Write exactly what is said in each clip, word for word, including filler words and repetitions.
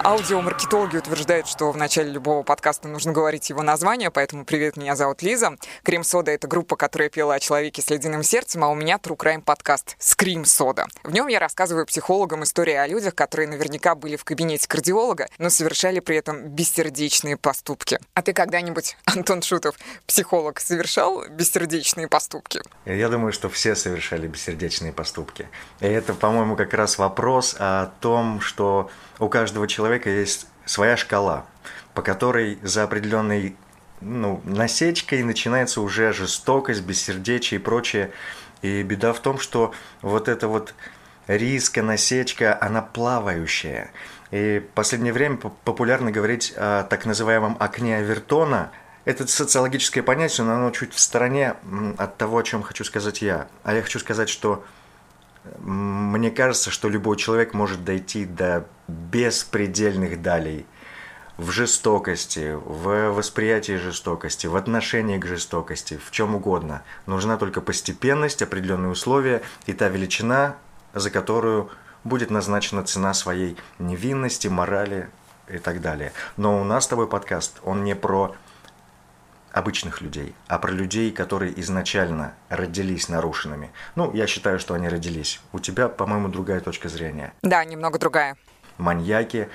Аудиомаркетологи утверждают, что в начале любого подкаста нужно говорить его название, поэтому привет, меня зовут Лиза. Крем-сода — это группа, которая пела о человеке с ледяным сердцем, а у меня True Crime подкаст «Скрим-сода». В нем я рассказываю психологам истории о людях, которые наверняка были в кабинете кардиолога, но совершали при этом бессердечные поступки. А ты когда-нибудь, Антон Шутов, психолог, совершал бессердечные поступки? Я думаю, что все совершали бессердечные поступки. И это, по-моему, как раз вопрос о том, что у каждого человека есть своя шкала, по которой за определенной ну, насечкой начинается уже жестокость, бессердечие и прочее. И беда в том, что вот эта вот риска, насечка, она плавающая. И в последнее время популярно говорить о так называемом окне Овертона. Это социологическое понятие, но оно чуть в стороне от того, о чем хочу сказать я. А я хочу сказать, что мне кажется, что любой человек может дойти до беспредельных далей в жестокости, в восприятии жестокости, в отношении к жестокости, в чем угодно. Нужна только постепенность, определенные условия и та величина, за которую будет назначена цена своей невинности, морали и так далее. Но у нас с тобой подкаст, он не про обычных людей, а про людей, которые изначально родились нарушенными. Ну, я считаю, что они родились. У тебя, по-моему, другая точка зрения. Да, немного другая. Маньяки,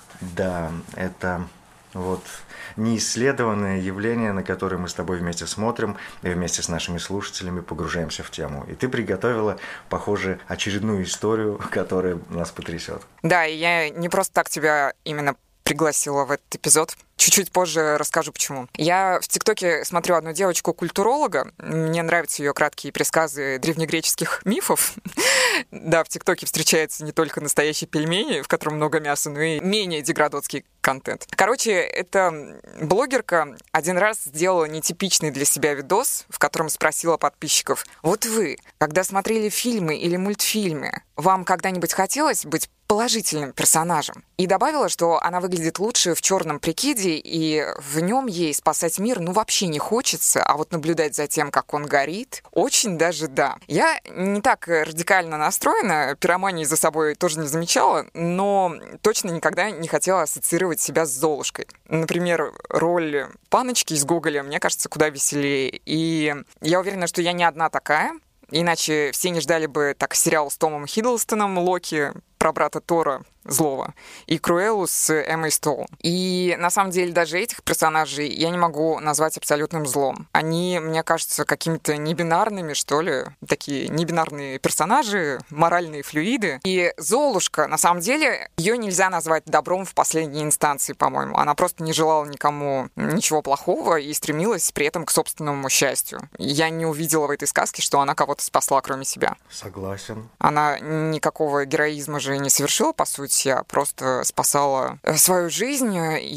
да, это вот неисследованное явление, на которое мы с тобой вместе смотрим и вместе с нашими слушателями погружаемся в тему. И ты приготовила, похоже, очередную историю, которая нас потрясет. Да, и я не просто так тебя именно пригласила в этот эпизод. Чуть-чуть позже расскажу, почему. Я в ТикТоке смотрю одну девочку-культуролога. Мне нравятся ее краткие пересказы древнегреческих мифов. Да, в ТикТоке встречаются не только настоящие пельмени, в котором много мяса, но и менее деградотский контент. Короче, эта блогерка один раз сделала нетипичный для себя видос, в котором спросила подписчиков: вот вы, когда смотрели фильмы или мультфильмы, вам когда-нибудь хотелось быть положительным персонажем? И добавила, что она выглядит лучше в черном прикиде, и в нем ей спасать мир ну вообще не хочется, а вот наблюдать за тем, как он горит, очень даже да. Я не так радикально настроена, пиромании за собой тоже не замечала, но точно никогда не хотела ассоциировать себя с Золушкой. Например, роль Паночки из Гоголя мне кажется куда веселее, и я уверена, что я не одна такая, иначе все не ждали бы так сериал с Томом Хиддлстоном «Локи» про брата Тора злого, и Круэллу с Эммой Стоун. И на самом деле даже этих персонажей я не могу назвать абсолютным злом. Они, мне кажется, какими-то небинарными, что ли, такие небинарные персонажи, моральные флюиды. И Золушка, на самом деле, ее нельзя назвать добром в последней инстанции, по-моему. Она просто не желала никому ничего плохого и стремилась при этом к собственному счастью. Я не увидела в этой сказке, что она кого-то спасла, кроме себя. Согласен. Она никакого героизма же не совершила, по сути, я просто спасала свою жизнь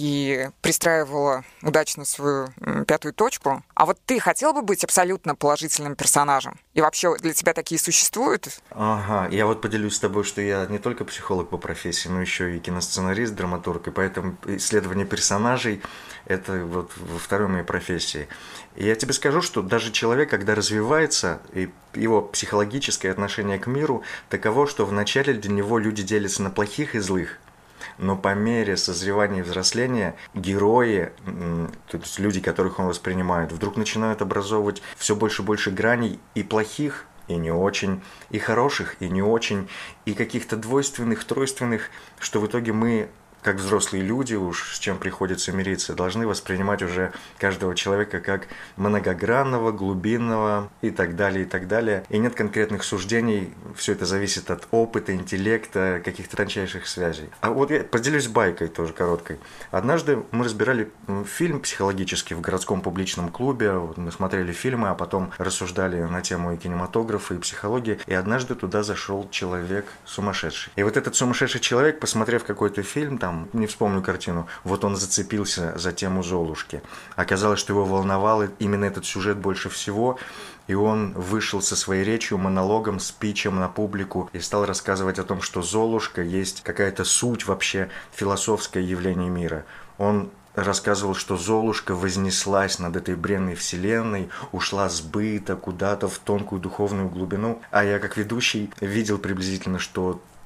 и пристраивала удачно свою пятую точку. А вот ты хотел бы быть абсолютно положительным персонажем? И вообще для тебя такие существуют? Ага, я вот поделюсь с тобой, что я не только психолог по профессии, но еще и киносценарист, драматург, и поэтому исследование персонажей – это вот во второй моей профессии. И я тебе скажу, что даже человек, когда развивается, и его психологическое отношение к миру таково, что вначале для него люди делятся на плохих и злых. Но по мере созревания и взросления герои, то есть люди, которых он воспринимает, вдруг начинают образовывать все больше и больше граней и плохих, и не очень, и хороших, и не очень, и каких-то двойственных, тройственных, что в итоге мы, как взрослые люди, уж с чем приходится мириться, должны воспринимать уже каждого человека как многогранного, глубинного и так далее, и так далее. И нет конкретных суждений, все это зависит от опыта, интеллекта, каких-то тончайших связей. А вот я поделюсь байкой тоже короткой. Однажды мы разбирали фильм психологический в городском публичном клубе, мы смотрели фильмы, а потом рассуждали на тему и кинематографа, и психологии, и однажды туда зашел человек сумасшедший. И вот этот сумасшедший человек, посмотрев какой-то фильм, там, не вспомню картину, вот он зацепился за тему Золушки. Оказалось, что его волновал именно этот сюжет больше всего, и он вышел со своей речью, монологом, спичем на публику и стал рассказывать о том, что Золушка есть какая-то суть вообще философское явление мира. Он рассказывал, что Золушка вознеслась над этой бренной вселенной, ушла с быта куда-то в тонкую духовную глубину, а я как ведущий видел приблизительно, что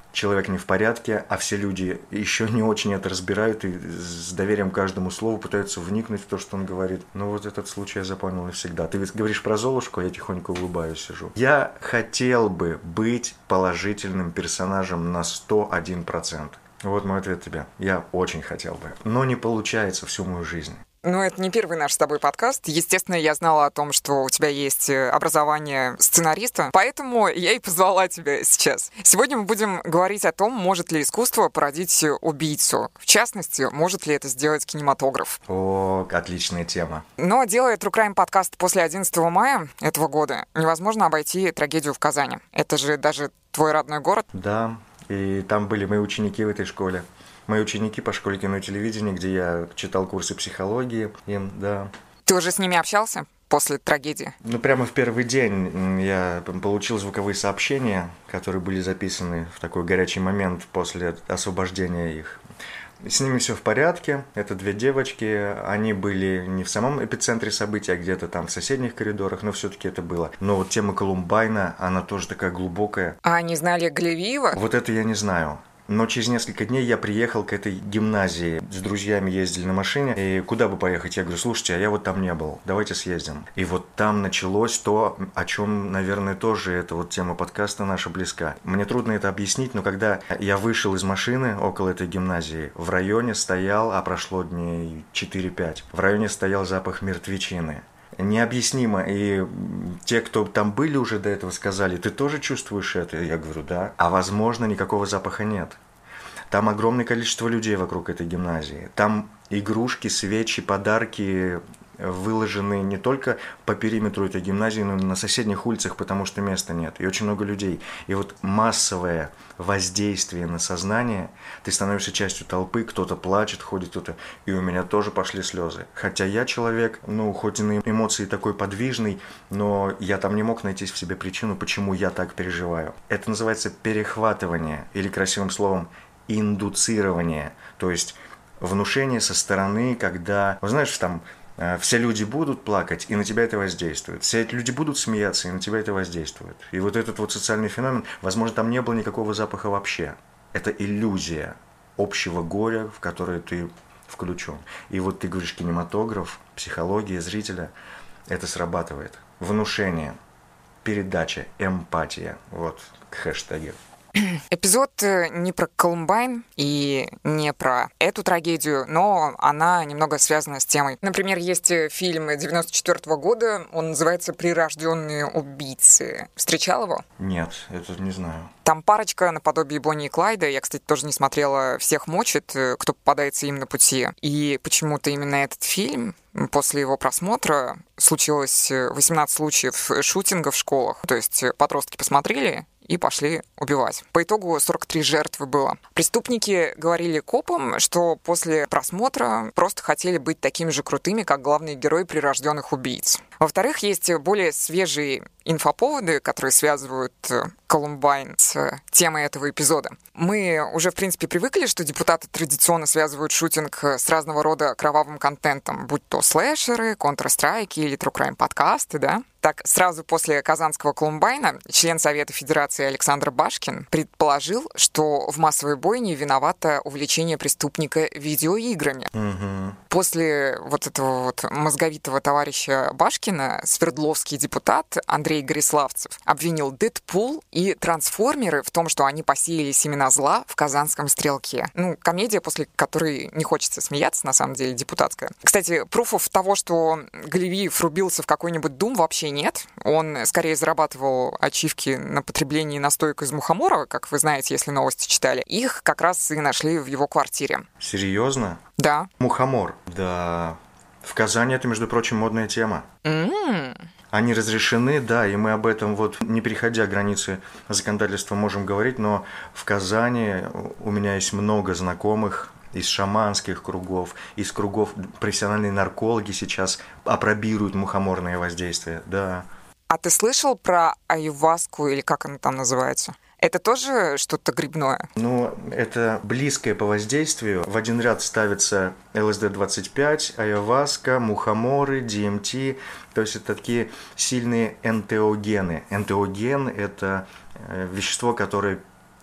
человек не в порядке, а все люди еще не очень это разбирают и с доверием каждому слову пытаются вникнуть в то, что он говорит. Но вот этот случай я запомнил навсегда. Ты говоришь про Золушку, а я тихонько улыбаюсь, сижу. Я хотел бы быть положительным персонажем на сто один процент. Вот мой ответ тебе. Я очень хотел бы. Но не получается всю мою жизнь. Ну, это не первый наш с тобой подкаст. Естественно, я знала о том, что у тебя есть образование сценариста, поэтому я и позвала тебя сейчас. Сегодня мы будем говорить о том, может ли искусство породить убийцу. В частности, может ли это сделать кинематограф. О, отличная тема. Но, делая True Crime подкаст после одиннадцатого мая этого года, невозможно обойти трагедию в Казани. Это же даже твой родной город. Да, и там были мои ученики в этой школе. Мои ученики по школе кино и телевидения, где я читал курсы психологии им, да. Ты уже с ними общался после трагедии? Ну, прямо в первый день я получил звуковые сообщения, которые были записаны в такой горячий момент после освобождения их. С ними все в порядке, это две девочки, они были не в самом эпицентре событий, а где-то там в соседних коридорах, но все-таки это было. Но вот тема Колумбайна, она тоже такая глубокая. А они знали Галевиева? Вот это я не знаю. Но через несколько дней я приехал к этой гимназии. С друзьями ездили на машине. И куда бы поехать? Я говорю, слушайте, а я вот там не был. Давайте съездим. И вот там началось то, о чем, наверное, тоже эта вот тема подкаста наша близка. Мне трудно это объяснить, но когда я вышел из машины около этой гимназии, в районе стоял, а прошло дней четыре-пять, в районе стоял запах мертвечины. Необъяснимо. И те, кто там были уже до этого, сказали, ты тоже чувствуешь это? Я говорю, да. А возможно, никакого запаха нет. Там огромное количество людей вокруг этой гимназии. Там игрушки, свечи, подарки выложены не только по периметру этой гимназии, но и на соседних улицах, потому что места нет. И очень много людей. И вот массовое воздействие на сознание, ты становишься частью толпы, кто-то плачет, ходит кто-то. И у меня тоже пошли слезы. Хотя я человек, ну, хоть и на эмоции такой подвижный, но я там не мог найти в себе причину, почему я так переживаю. Это называется перехватывание, или красивым словом индуцирование. То есть внушение со стороны, когда, вы знаешь, там все люди будут плакать, и на тебя это воздействует. Все эти люди будут смеяться, и на тебя это воздействует. И вот этот вот социальный феномен, возможно, там не было никакого запаха вообще. Это иллюзия общего горя, в которое ты включен. И вот ты говоришь, кинематограф, психология зрителя, это срабатывает. Внушение, передача, эмпатия. Вот хэштеги. Эпизод не про Колумбайн и не про эту трагедию, но она немного связана с темой. Например, есть фильм девяносто четвёртого года, он называется «Прирожденные убийцы». Встречал его? Нет, это не знаю. Там парочка наподобие Бонни и Клайда. Я, кстати, тоже не смотрела «Всех мочит», кто попадается им на пути. И почему-то именно этот фильм, после его просмотра, случилось восемнадцать случаев шутинга в школах. То есть подростки посмотрели и пошли убивать. По итогу сорок три жертвы было. Преступники говорили копам, что после просмотра просто хотели быть такими же крутыми, как главные герои прирожденных убийц. Во-вторых, есть более свежие инфоповоды, которые связывают Колумбайн с темой этого эпизода. Мы уже, в принципе, привыкли, что депутаты традиционно связывают шутинг с разного рода кровавым контентом, будь то слэшеры, контр-страйки или True Crime подкасты, да? Так, сразу после казанского Колумбайна член Совета Федерации Александр Башкин предположил, что в массовой бойне виновато увлечение преступника видеоиграми. Угу. После вот этого вот мозговитого товарища Башкина Свердловский депутат Андрей Гориславцев обвинил Дэдпул и Трансформеры в том, что они посеяли семена зла в казанском Стрелке. Ну, комедия, после которой не хочется смеяться, на самом деле, депутатская. Кстати, пруфов того, что Галевиев рубился в какой-нибудь Дум, вообще нет. Он скорее зарабатывал ачивки на потреблении настоек из мухомора, как вы знаете, если новости читали. Их как раз и нашли в его квартире. Серьезно? Да. Мухомор. Да. В Казани это, между прочим, модная тема. Mm. Они разрешены, да, и мы об этом, вот, не переходя границы законодательства, можем говорить, но в Казани у меня есть много знакомых из шаманских кругов, из кругов профессиональные наркологи сейчас апробируют мухоморное воздействие, да. А ты слышал про аюваску, или как она там называется? Это тоже что-то грибное? Ну, это близкое по воздействию. В один ряд ставится эл эс ди двадцать пять, аюваска, мухоморы, ди эм ти. То есть это такие сильные энтеогены. Энтеоген – это вещество, которое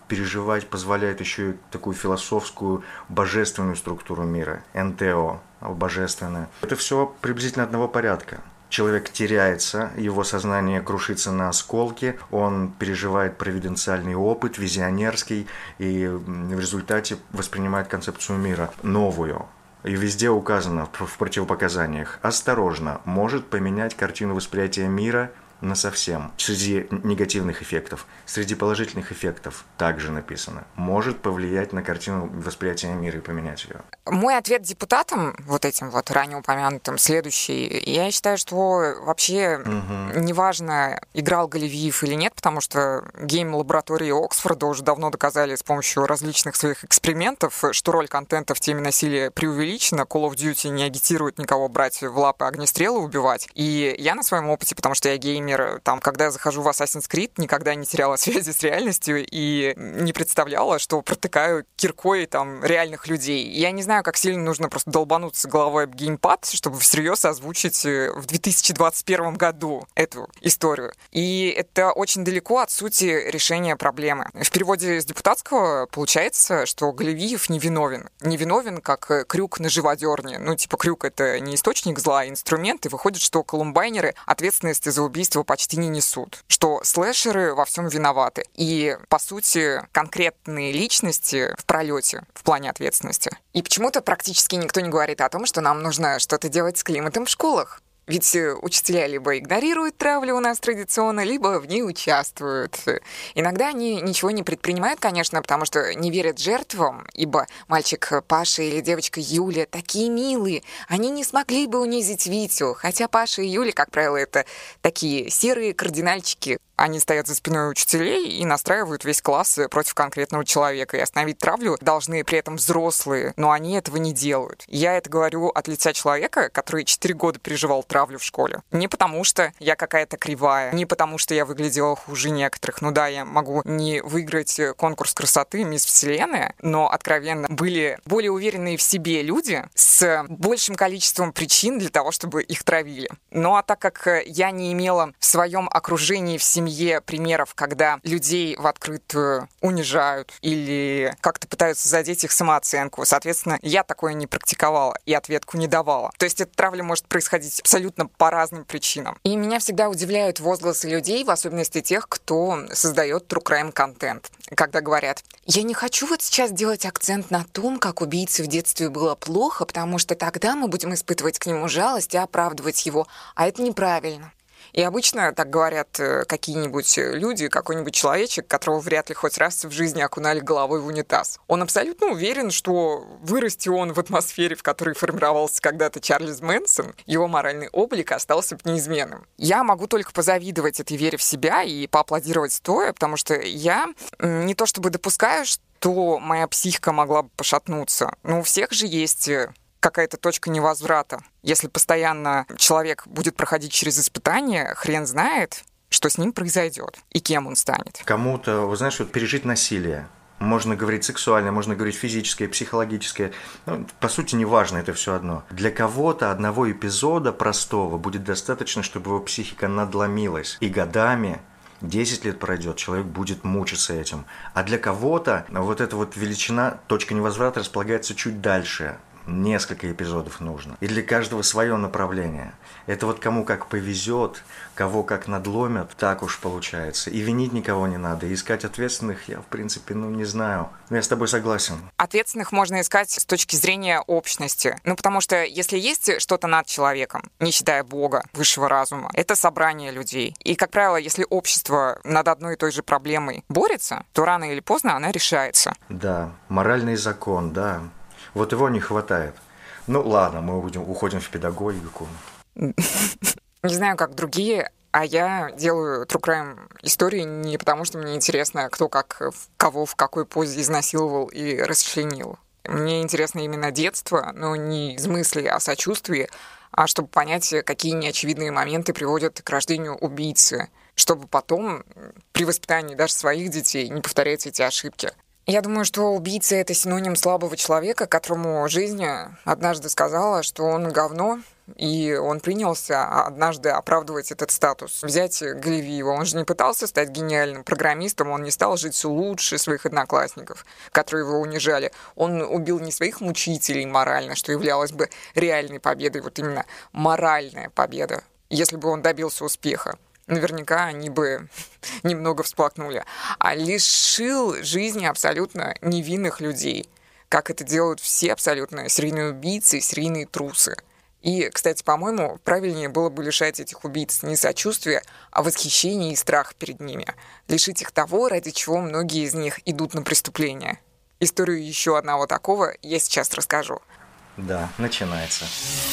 переживать позволяет еще и такую философскую, божественную структуру мира, энтео, божественное. Это все приблизительно одного порядка. Человек теряется, его сознание крушится на осколки, он переживает провиденциальный опыт, визионерский, и в результате воспринимает концепцию мира новую. И везде указано в противопоказаниях: осторожно, может поменять картину восприятия мира насовсем. Среди негативных эффектов, среди положительных эффектов также написано: может повлиять на картину восприятия мира и поменять ее. Мой ответ депутатам, вот этим вот ранее упомянутым, следующий. Я считаю, что вообще угу. неважно, играл Галевиев или нет, потому что гейм-лаборатории Оксфорда уже давно доказали с помощью различных своих экспериментов, что роль контента в теме насилия преувеличена. Call of Duty не агитирует никого брать в лапы огнестрелы, убивать. И я на своем опыте, потому что я геймер, там, когда я захожу в Assassin's Creed, никогда не теряла связи с реальностью и не представляла, что протыкаю киркой там реальных людей. Я не знаю, как сильно нужно просто долбануться головой об геймпад, чтобы всерьез озвучить в две тысячи двадцать первом году эту историю. И это очень далеко от сути решения проблемы. В переводе с депутатского получается, что Галевиев невиновен. Невиновен, как крюк на живодерне. Ну, типа, крюк — это не источник зла, а инструмент. И выходит, что колумбайнеры ответственности за убийство почти не несут, что слэшеры во всем виноваты. И, по сути, конкретные личности в пролете в плане ответственности. И почему-то практически никто не говорит о том, что нам нужно что-то делать с климатом в школах. Ведь учителя либо игнорируют травлю у нас традиционно, либо в ней участвуют. Иногда они ничего не предпринимают, конечно, потому что не верят жертвам, ибо мальчик Паша или девочка Юля такие милые, они не смогли бы унизить Витю. Хотя Паша и Юля, как правило, это такие серые кардинальчики. Они стоят за спиной учителей и настраивают весь класс против конкретного человека. И остановить травлю должны при этом взрослые, но они этого не делают. Я это говорю от лица человека, который четыре года переживал травлю в школе. Не потому что я какая-то кривая, не потому что я выглядела хуже некоторых. Ну да, я могу не выиграть конкурс красоты «Мисс Вселенная», но, откровенно, были более уверенные в себе люди с большим количеством причин для того, чтобы их травили. Ну а так как я не имела в своем окружении в семье примеров, когда людей в открытую унижают или как-то пытаются задеть их самооценку. Соответственно, я такое не практиковала и ответку не давала. То есть эта травля может происходить абсолютно по разным причинам. И меня всегда удивляют возгласы людей, в особенности тех, кто создает true crime контент. Когда говорят: я не хочу вот сейчас делать акцент на том, как убийце в детстве было плохо, потому что тогда мы будем испытывать к нему жалость и оправдывать его. А это неправильно. И обычно так говорят какие-нибудь люди, какой-нибудь человечек, которого вряд ли хоть раз в жизни окунали головой в унитаз. Он абсолютно уверен, что вырасти он в атмосфере, в которой формировался когда-то Чарльз Мэнсон, его моральный облик остался бы неизменным. Я могу только позавидовать этой вере в себя и поаплодировать стоя, потому что я не то чтобы допускаю, что моя психика могла бы пошатнуться, но у всех же есть какая-то точка невозврата. Если постоянно человек будет проходить через испытания, хрен знает, что с ним произойдет и кем он станет. Кому-то, вы знаешь, вот пережить насилие. Можно говорить сексуальное, можно говорить физическое, психологическое. Ну, по сути, неважно, это все одно. Для кого-то одного эпизода простого будет достаточно, чтобы его психика надломилась. И годами, десять лет пройдет, человек будет мучиться этим. А для кого-то вот эта вот величина, точка невозврата располагается чуть дальше. Несколько эпизодов нужно. И для каждого свое направление. Это вот кому как повезет, кого как надломят, так уж получается. И винить никого не надо. И искать ответственных я, в принципе, ну, не знаю. Но я с тобой согласен. Ответственных можно искать с точки зрения общности. Ну, потому что если есть что-то над человеком, не считая Бога, высшего разума, это собрание людей. И, как правило, если общество над одной и той же проблемой борется, то рано или поздно она решается. Да, моральный закон, да. Вот его не хватает. Ну ладно, мы уходим в педагогику. Не знаю, как другие, а я делаю true crime истории не потому, что мне интересно, кто как, кого в какой позе изнасиловал и расчленил. Мне интересно именно детство, но не из мыслей о сочувствии, а чтобы понять, какие неочевидные моменты приводят к рождению убийцы, чтобы потом при воспитании даже своих детей не повторять эти ошибки. Я думаю, что убийца — это синоним слабого человека, которому жизнь однажды сказала, что он говно, и он принялся однажды оправдывать этот статус. Взять Галевиева. Он же не пытался стать гениальным программистом, он не стал жить лучше своих одноклассников, которые его унижали. Он убил не своих мучителей морально, что являлось бы реальной победой, вот именно моральная победа, если бы он добился успеха. Наверняка они бы немного всплакнули. А лишил жизни абсолютно невинных людей, как это делают все абсолютно серийные убийцы и серийные трусы. И, кстати, по-моему, правильнее было бы лишать этих убийц не сочувствия, а восхищения и страха перед ними. Лишить их того, ради чего многие из них идут на преступления. Историю еще одного такого я сейчас расскажу. Да, начинается.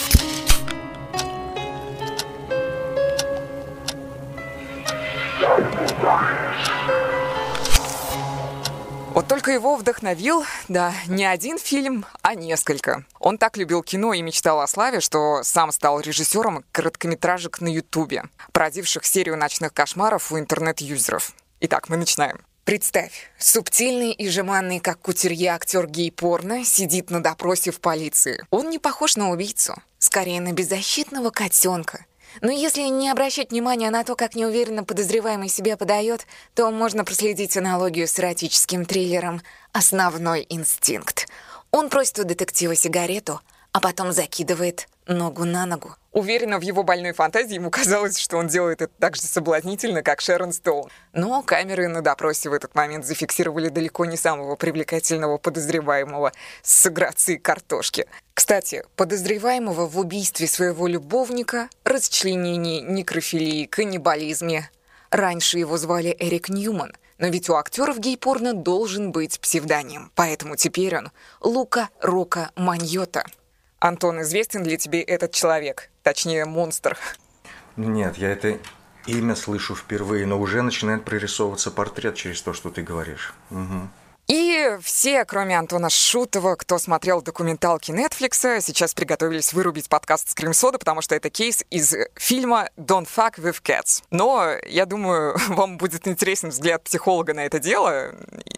Вот только его вдохновил, да, не один фильм, а несколько. Он так любил кино и мечтал о славе, что сам стал режиссером короткометражек на Ютубе, породивших серию ночных кошмаров у интернет-юзеров. Итак, мы начинаем. Представь, субтильный и жеманный, как кутюрье, актер гей-порно сидит на допросе в полиции. Он не похож на убийцу, скорее на беззащитного котенка. Но если не обращать внимания на то, как неуверенно подозреваемый себя подает, то можно проследить аналогию с эротическим триллером «Основной инстинкт». Он просит у детектива сигарету, а потом закидывает ногу на ногу. Уверена, в его больной фантазии ему казалось, что он делает это так же соблазнительно, как Шерон Стоун. Но камеры на допросе в этот момент зафиксировали далеко не самого привлекательного подозреваемого с грацией картошки. Кстати, подозреваемого в убийстве своего любовника, расчленении, некрофилии, каннибализме. Раньше его звали Эрик Ньюман, но ведь у актеров гей-порно должен быть псевдоним, поэтому теперь он Лука Рока Маньотта. Антон, известен ли тебе этот человек? Точнее, монстр? Нет, я это имя слышу впервые, но уже начинает прорисовываться портрет через то, что ты говоришь. Угу. И все, кроме Антона Шутова, кто смотрел документалки Netflix, сейчас приготовились вырубить подкаст «Скримсода», потому что это кейс из фильма «Don't fuck with cats». Но, я думаю, вам будет интересен взгляд психолога на это дело,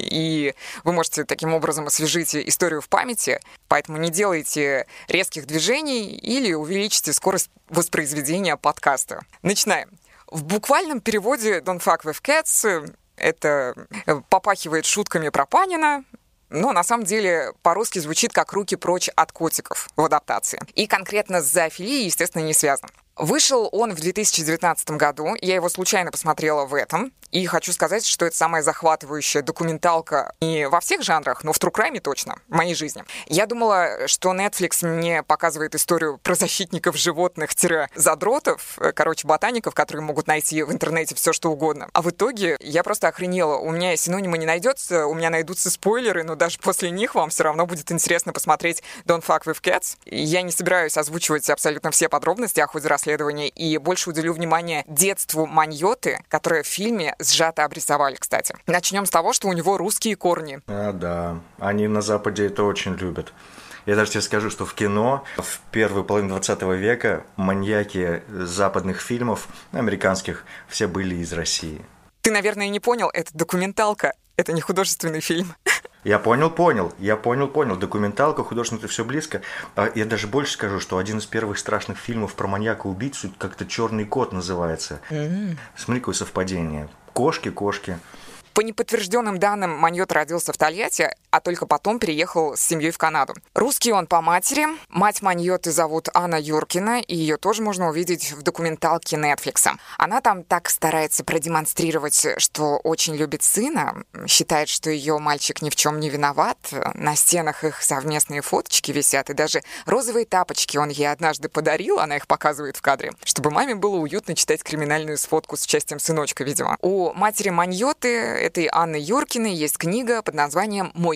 и вы можете таким образом освежить историю в памяти, поэтому не делайте резких движений или увеличьте скорость воспроизведения подкаста. Начинаем. В буквальном переводе «Don't fuck with cats» это попахивает шутками про Панина, но на самом деле по-русски звучит как «руки прочь от котиков» в адаптации. И конкретно с зоофилией, естественно, не связан. Вышел он в две тысячи девятнадцатом году, я его случайно посмотрела в этом, и хочу сказать, что это самая захватывающая документалка не во всех жанрах, но в true crime точно, в моей жизни. Я думала, что Netflix мне показывает историю про защитников животных-задротов, короче, ботаников, которые могут найти в интернете все, что угодно. А в итоге я просто охренела. У меня синонима не найдется, у меня найдутся спойлеры, но даже после них вам все равно будет интересно посмотреть Don't Fuck With Cats. Я не собираюсь озвучивать абсолютно все подробности о ходе расследования, и больше уделю внимание детству Маньотты, которое в фильме сжато обрисовали, кстати. Начнем с того, что у него русские корни. А, да. Они на Западе это очень любят. Я даже тебе скажу, что в кино в первую половину двадцатого века маньяки западных фильмов, американских, все были из России. Ты, наверное, не понял, это документалка, это не художественный фильм. Я понял, понял, я понял, понял. Документалка, художественно, это все близко. Я даже больше скажу, что один из первых страшных фильмов про маньяка-убийцу как-то «Черный кот» называется. Mm-hmm. Смотри, какое совпадение. Кошки, кошки. По неподтвержденным данным, Маньотта родился в Тольятти, а только потом переехал с семьей в Канаду. Русский он по матери. Мать Маньотты зовут Анна Юркина, и ее тоже можно увидеть в документалке Netflix. Она там так старается продемонстрировать, что очень любит сына, считает, что ее мальчик ни в чем не виноват. На стенах их совместные фоточки висят, и даже розовые тапочки он ей однажды подарил, она их показывает в кадре, чтобы маме было уютно читать криминальную сводку с участием сыночка, видимо. У матери Маньотты, этой Анны Юркиной, есть книга под названием «Мой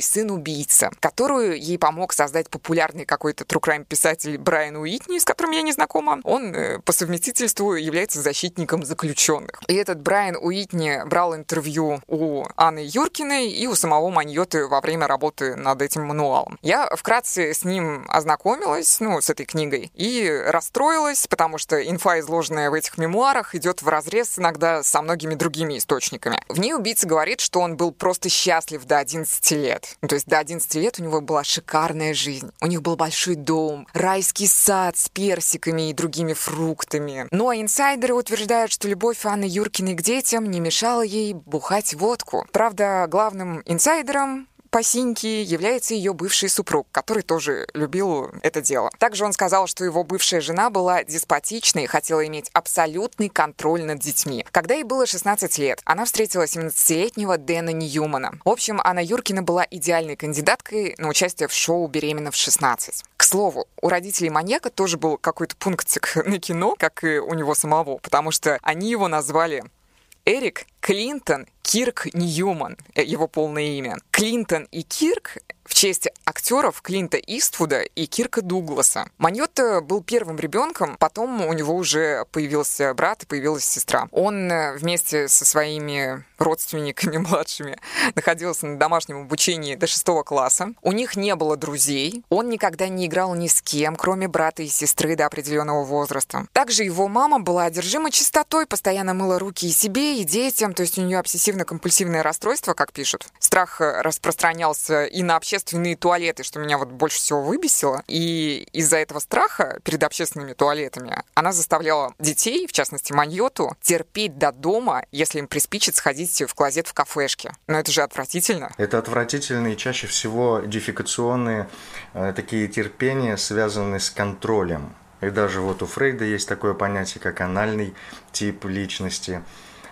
сын-убийца», которую ей помог создать популярный какой-то true crime писатель Брайан Уитни, с которым я не знакома. Он э, по совместительству является защитником заключенных. И этот Брайан Уитни брал интервью у Анны Юркиной и у самого Маньоты во время работы над этим мануалом. Я вкратце с ним ознакомилась, ну, с этой книгой, и расстроилась, потому что инфа, изложенная в этих мемуарах, идет вразрез иногда со многими другими источниками. В ней убийца говорит, что он был просто счастлив до одиннадцати лет. Ну, то есть до одиннадцати лет у него была шикарная жизнь. У них был большой дом, райский сад с персиками и другими фруктами. Ну а инсайдеры утверждают, что любовь Анны Юркиной к детям не мешала ей бухать водку. Правда, главным инсайдером по Синьке является ее бывший супруг, который тоже любил это дело. Также он сказал, что его бывшая жена была деспотичной и хотела иметь абсолютный контроль над детьми. Когда ей было шестнадцать лет, она встретила семнадцатилетнего Дэна Ньюмана. В общем, Анна Юркина была идеальной кандидаткой на участие в шоу «Беременна в шестнадцать». К слову, у родителей маньяка тоже был какой-то пунктик на кино, как и у него самого, потому что они его назвали Эрик Клинтон Кирк Ньюман, его полное имя. Клинтон и Кирк в честь актеров Клинта Иствуда и Кирка Дугласа. Маньотта был первым ребенком, потом у него уже появился брат и появилась сестра. Он вместе со своими родственниками младшими находился на домашнем обучении до шестого класса. У них не было друзей. Он никогда не играл ни с кем, кроме брата и сестры до определенного возраста. Также его мама была одержима чистотой, постоянно мыла руки и себе, и детям, то есть у нее обсессивно-компульсивное расстройство, как пишут. Страх распространялся и на общественные туалеты, что меня вот больше всего выбесило. И из-за этого страха перед общественными туалетами она заставляла детей, в частности Маньоту, терпеть до дома, если им приспичит сходить в клозет в кафешке. Но это же отвратительно. Это отвратительно, и чаще всего дефекационные э, такие терпения связаны с контролем. И даже вот у Фрейда есть такое понятие, как анальный тип личности,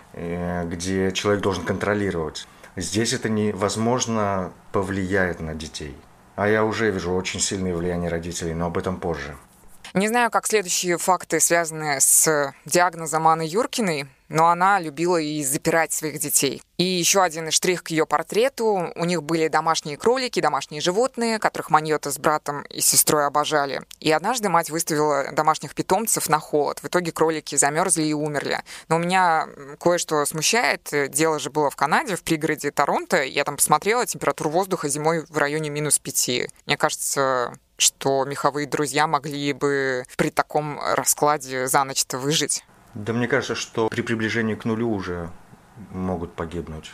э, где человек должен контролировать. Здесь это невозможно повлияет на детей. А я уже вижу очень сильное влияние родителей, но об этом позже. Не знаю, как следующие факты связаны с диагнозом Анны Юркиной, но она любила и запирать своих детей. И еще один штрих к ее портрету. У них были домашние кролики, домашние животные, которых Маньота с братом и сестрой обожали. И однажды мать выставила домашних питомцев на холод. В итоге кролики замерзли и умерли. Но у меня кое-что смущает. Дело же было в Канаде, в пригороде Торонто. Я там посмотрела, температура воздуха зимой в районе минус пяти. Мне кажется, что меховые друзья могли бы при таком раскладе за ночь-то выжить. Да мне кажется, что при приближении к нулю уже могут погибнуть.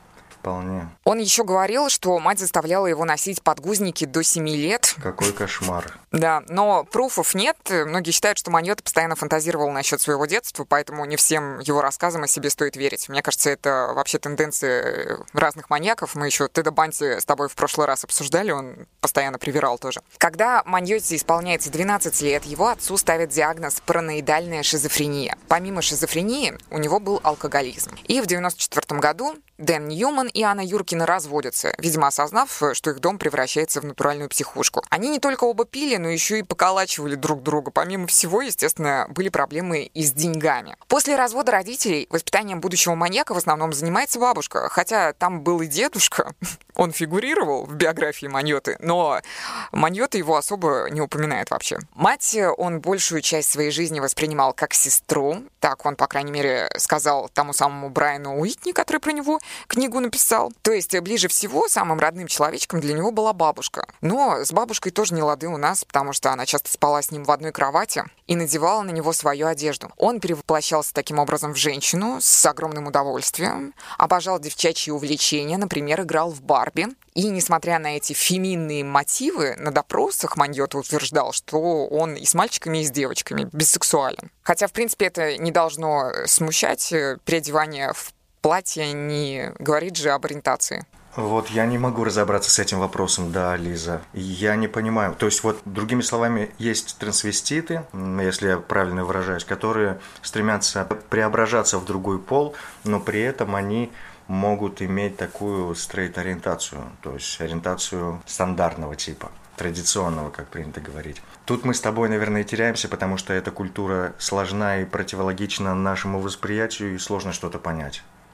Вполне. Он еще говорил, что мать заставляла его носить подгузники до семи лет. Какой кошмар. Да, но пруфов нет. Многие считают, что Маньота постоянно фантазировал насчет своего детства, поэтому не всем его рассказам о себе стоит верить. Мне кажется, это вообще тенденция разных маньяков. Мы еще Теда Банди с тобой в прошлый раз обсуждали, он постоянно привирал тоже. Когда Маньоте исполняется двенадцать лет, его отцу ставят диагноз параноидальная шизофрения. Помимо шизофрении, у него был алкоголизм. И в девяносто четвёртом году Дэн Ньюман и Анна Юркина разводятся, видимо, осознав, что их дом превращается в натуральную психушку. Они не только оба пили, но еще и поколачивали друг друга. Помимо всего, естественно, были проблемы и с деньгами. После развода родителей воспитанием будущего маньяка в основном занимается бабушка, хотя там был и дедушка. Он фигурировал в биографии Маньоты, но Маньота его особо не упоминает вообще. Мать он большую часть своей жизни воспринимал как сестру, так он, по крайней мере, сказал тому самому Брайану Уитни, который про него книгу написал. То есть ближе всего самым родным человечком для него была бабушка. Но с бабушкой тоже не лады у нас, потому что она часто спала с ним в одной кровати и надевала на него свою одежду. Он перевоплощался таким образом в женщину с огромным удовольствием, обожал девчачьи увлечения, например, играл в Барби. И, несмотря на эти феминные мотивы, на допросах Маньота утверждал, что он и с мальчиками, и с девочками бисексуален. Хотя, в принципе, это не должно смущать. Переодевание в платье не говорит же об ориентации. Вот я не могу разобраться с этим вопросом, да, Лиза. Я не понимаю. То есть вот, другими словами, есть трансвеститы, если я правильно выражаюсь, которые стремятся преображаться в другой пол, но при этом они могут иметь такую стрейт-ориентацию, то есть ориентацию стандартного типа, традиционного, как принято говорить. Тут мы с тобой, наверное, теряемся, потому что эта культура сложна и противологична нашему восприятию, и сложно что-то понять.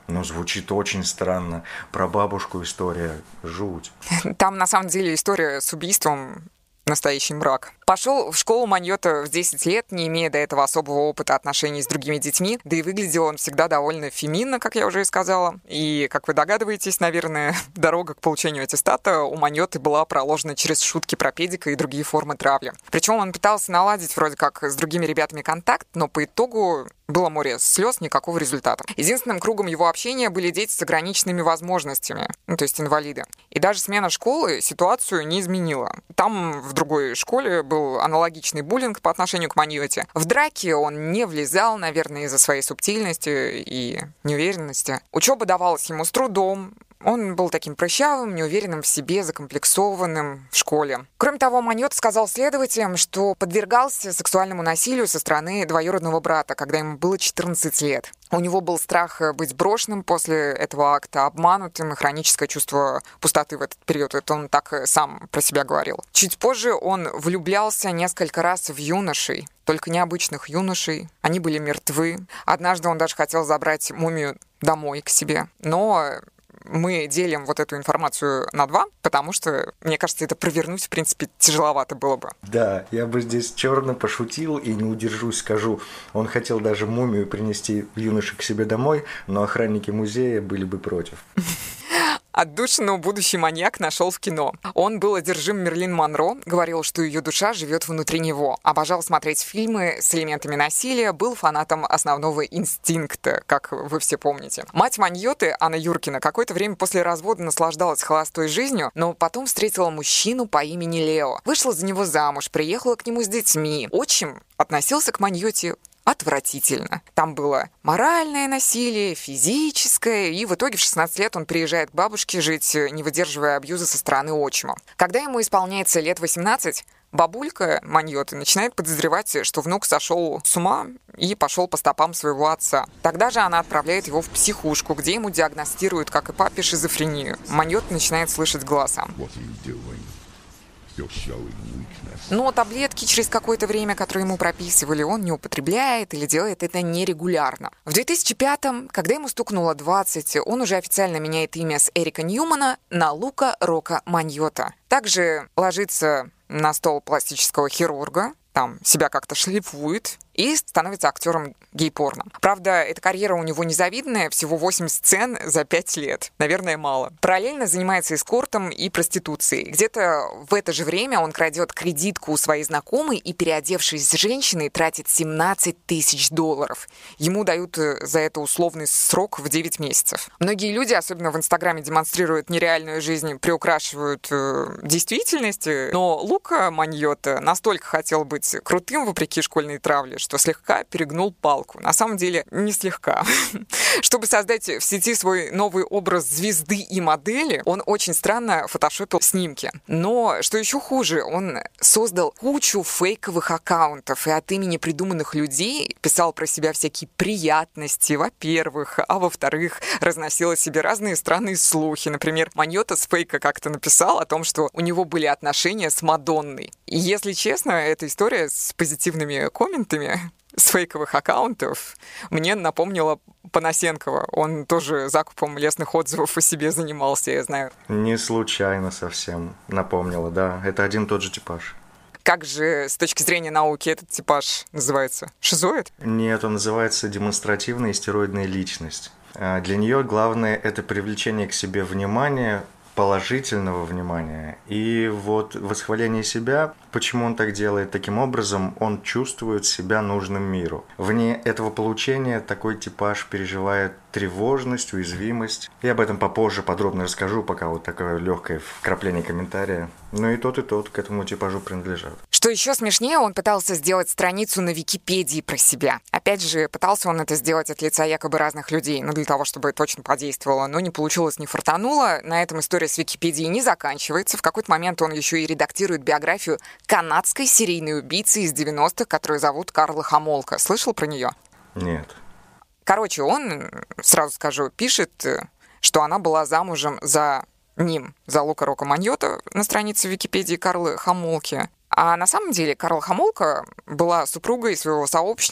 Ну, звучит очень странно. Про бабушку история жуть. Там, на самом деле, история с убийством настоящий мрак. Пошел в школу Маньота в десять лет, не имея до этого особого опыта отношений с другими детьми, да и выглядел он всегда довольно феминно, как я уже и сказала. И, как вы догадываетесь, наверное, дорога к получению аттестата у Маньоты была проложена через шутки про педика и другие формы травли. Причем он пытался наладить вроде как с другими ребятами контакт, но по итогу было море слез, никакого результата. Единственным кругом его общения были дети с ограниченными возможностями, ну, то есть инвалиды. И даже смена школы ситуацию не изменила. Там в другой школе был аналогичный буллинг по отношению к Маньоте. В драки он не влезал, наверное, из-за своей субтильности и неуверенности. Учеба давалась ему с трудом. Он был таким прыщавым, неуверенным в себе, закомплексованным в школе. Кроме того, Маньота сказал следователям, что подвергался сексуальному насилию со стороны двоюродного брата, когда ему было четырнадцать лет. У него был страх быть брошенным после этого акта, обманутым и хроническое чувство пустоты в этот период. Это он так сам про себя говорил. Чуть позже он влюблялся несколько раз в юношей, только необычных юношей. Они были мертвы. Однажды он даже хотел забрать мумию домой к себе. Но мы делим вот эту информацию на два, потому что, мне кажется, это провернуть, в принципе, тяжеловато было бы. Да, я бы здесь черно пошутил и не удержусь, скажу. Он хотел даже мумию принести юноши к себе домой, но охранники музея были бы против. Отдушину будущий маньяк нашел в кино. Он был одержим Мерлин Монро, говорил, что ее душа живет внутри него. Обожал смотреть фильмы с элементами насилия, был фанатом основного инстинкта, как вы все помните. Мать Маньоты, Анна Юркина, какое-то время после развода наслаждалась холостой жизнью, но потом встретила мужчину по имени Лео. Вышла за него замуж, приехала к нему с детьми. Отчим относился к Маньоте отвратительно. Там было моральное насилие, физическое, и в итоге в шестнадцать лет он приезжает к бабушке жить, не выдерживая абьюза со стороны отчима. Когда ему исполняется лет восемнадцать, бабулька Маньоты начинает подозревать, что внук сошел с ума и пошел по стопам своего отца. Тогда же она отправляет его в психушку, где ему диагностируют, как и папе, шизофрению. Маньота начинает слышать голоса. Но таблетки через какое-то время, которые ему прописывали, он не употребляет или делает это нерегулярно. В две тысячи пятом, когда ему стукнуло двадцать, он уже официально меняет имя с Эрика Ньюмана на Лука Рока Маньота. Также ложится на стол пластического хирурга, там себя как-то шлифует и становится актером гей-порно. Правда, эта карьера у него незавидная, всего восемь сцен за пять лет. Наверное, мало. Параллельно занимается эскортом и проституцией. Где-то в это же время он крадет кредитку у своей знакомой и, переодевшись женщиной, тратит семнадцать тысяч долларов. Ему дают за это условный срок в девять месяцев. Многие люди, особенно в Инстаграме, демонстрируют нереальную жизнь, приукрашивают э, действительность, но Лука Маньота настолько хотел быть крутым, вопреки школьной травле, что слегка перегнул палку. На самом деле, не слегка. Чтобы создать в сети свой новый образ звезды и модели, он очень странно фотошопил снимки. Но, что еще хуже, он создал кучу фейковых аккаунтов и от имени придуманных людей писал про себя всякие приятности, во-первых, а во-вторых, разносил о себе разные странные слухи. Например, Маньота с фейка как-то написал о том, что у него были отношения с Мадонной. И, если честно, эта история с позитивными комментами с фейковых аккаунтов мне напомнила Панасенкова. Он тоже закупом лестных отзывов о себе занимался, я знаю. Не случайно совсем напомнила, да. Это один тот же типаж. Как же с точки зрения науки этот типаж называется? Шизоид? Нет, он называется демонстративная истероидная личность. Для нее главное – это привлечение к себе внимания, положительного внимания. И вот восхваление себя, почему он так делает? Таким образом, он чувствует себя нужным миру. Вне этого получения такой типаж переживает тревожность, уязвимость. Я об этом попозже подробно расскажу, пока вот такое легкое вкрапление комментария. Но и тот, и тот к этому типажу принадлежат. Что еще смешнее, он пытался сделать страницу на Википедии про себя. Опять же, пытался он это сделать от лица якобы разных людей, ну, для того, чтобы точно подействовало, но не получилось, не фартануло. На этом история с Википедией не заканчивается. В какой-то момент он еще и редактирует биографию канадской серийной убийцы из девяностых, которую зовут Карла Хамолка. Слышал про нее? Нет. Короче, он, сразу скажу, пишет, что она была замужем за ним, за Лука Рока Маньота на странице Википедии Карлы Хамолки. А на самом деле Карла Хамолка была супругой своего сообщника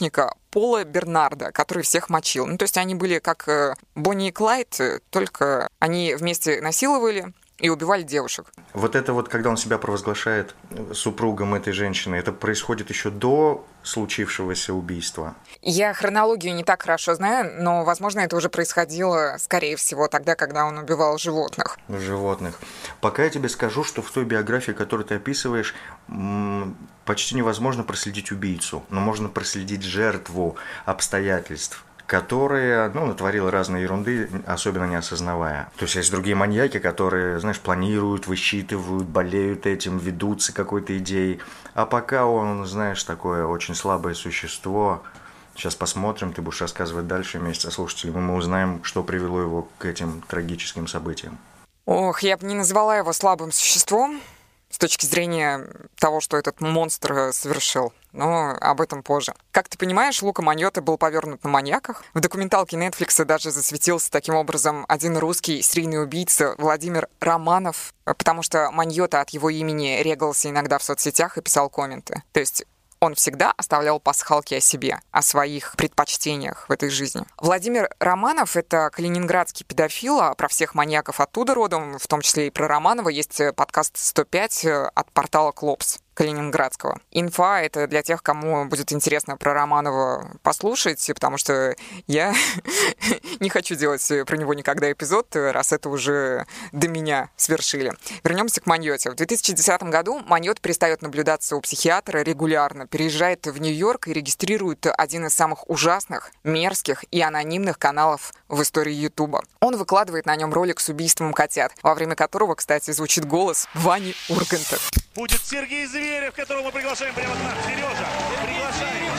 Пола Бернарда, который всех мочил. Ну, то есть они были как э, Бонни и Клайд, только они вместе насиловали и убивали девушек. Вот это вот, когда он себя провозглашает супругом этой женщины, это происходит еще до случившегося убийства? Я хронологию не так хорошо знаю, но, возможно, это уже происходило, скорее всего, тогда, когда он убивал животных. Животных. Пока я тебе скажу, что в той биографии, которую ты описываешь, почти невозможно проследить убийцу, но можно проследить жертву обстоятельств, которая, ну, натворила разные ерунды, особенно не осознавая. То есть есть другие маньяки, которые, знаешь, планируют, высчитывают, болеют этим, ведутся какой-то идеей. А пока он, знаешь, такое очень слабое существо. Сейчас посмотрим, ты будешь рассказывать дальше вместе со слушателями, мы узнаем, что привело его к этим трагическим событиям. Ох, я бы не назвала его слабым существом с точки зрения того, что этот монстр совершил. Но об этом позже. Как ты понимаешь, Лука Маньотто был повернут на маньяках. В документалке Netflix даже засветился таким образом один русский серийный убийца Владимир Романов, потому что Маньотто от его имени регался иногда в соцсетях и писал комменты. То есть он всегда оставлял пасхалки о себе, о своих предпочтениях в этой жизни. Владимир Романов — это калининградский педофил, а про всех маньяков оттуда родом, в том числе и про Романова, есть подкаст сто пять от портала Клопс калининградского. Инфа — это для тех, кому будет интересно про Романова послушать, потому что я не хочу делать про него никогда эпизод, раз это уже до меня свершили. Вернемся к Маньотте. В две тысячи десятом году Маньотто перестает наблюдаться у психиатра регулярно, переезжает в Нью-Йорк и регистрирует один из самых ужасных, мерзких и анонимных каналов в истории Ютуба. Он выкладывает на нем ролик с убийством котят, во время которого, кстати, звучит голос Вани Урганта. Будет Сергей Зверев, которого мы приглашаем прямо к нам. Сережа, приглашаем.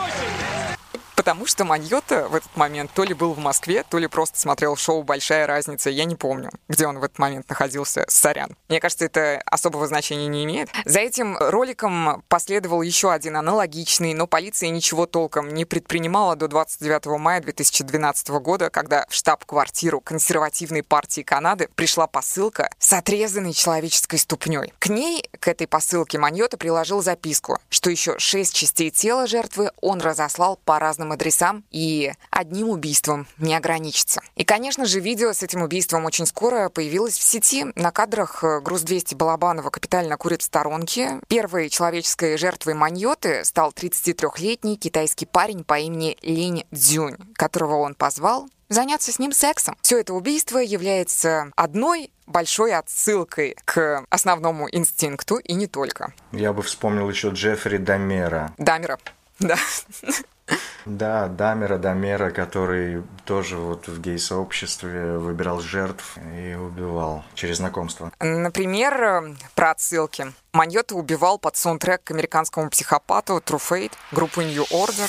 Потому что Маньотто в этот момент то ли был в Москве, то ли просто смотрел шоу «Большая разница». Я не помню, где он в этот момент находился. Сорян. Мне кажется, это особого значения не имеет. За этим роликом последовал еще один аналогичный, но полиция ничего толком не предпринимала до двадцать девятого мая две тысячи двенадцатого года, когда в штаб-квартиру консервативной партии Канады пришла посылка с отрезанной человеческой ступней. К ней, к этой посылке, Маньотто приложил записку, что еще шесть частей тела жертвы он разослал по разным адресам и одним убийством не ограничится. И, конечно же, видео с этим убийством очень скоро появилось в сети. На кадрах груз двести Балабанова капитально курит в сторонке. Первой человеческой жертвой Маньотты стал тридцатитрёхлетний китайский парень по имени Линь Цзюнь, которого он позвал заняться с ним сексом. Все это убийство является одной большой отсылкой к основному инстинкту, и не только. Я бы вспомнил еще Джеффри Дамера. Дамера, да. Да, Дамера, Дамера, который тоже вот в гей-сообществе выбирал жертв и убивал через знакомство. Например, про отсылки. Маньотто убивал под саундтрек к американскому психопату True Fate группы New Order.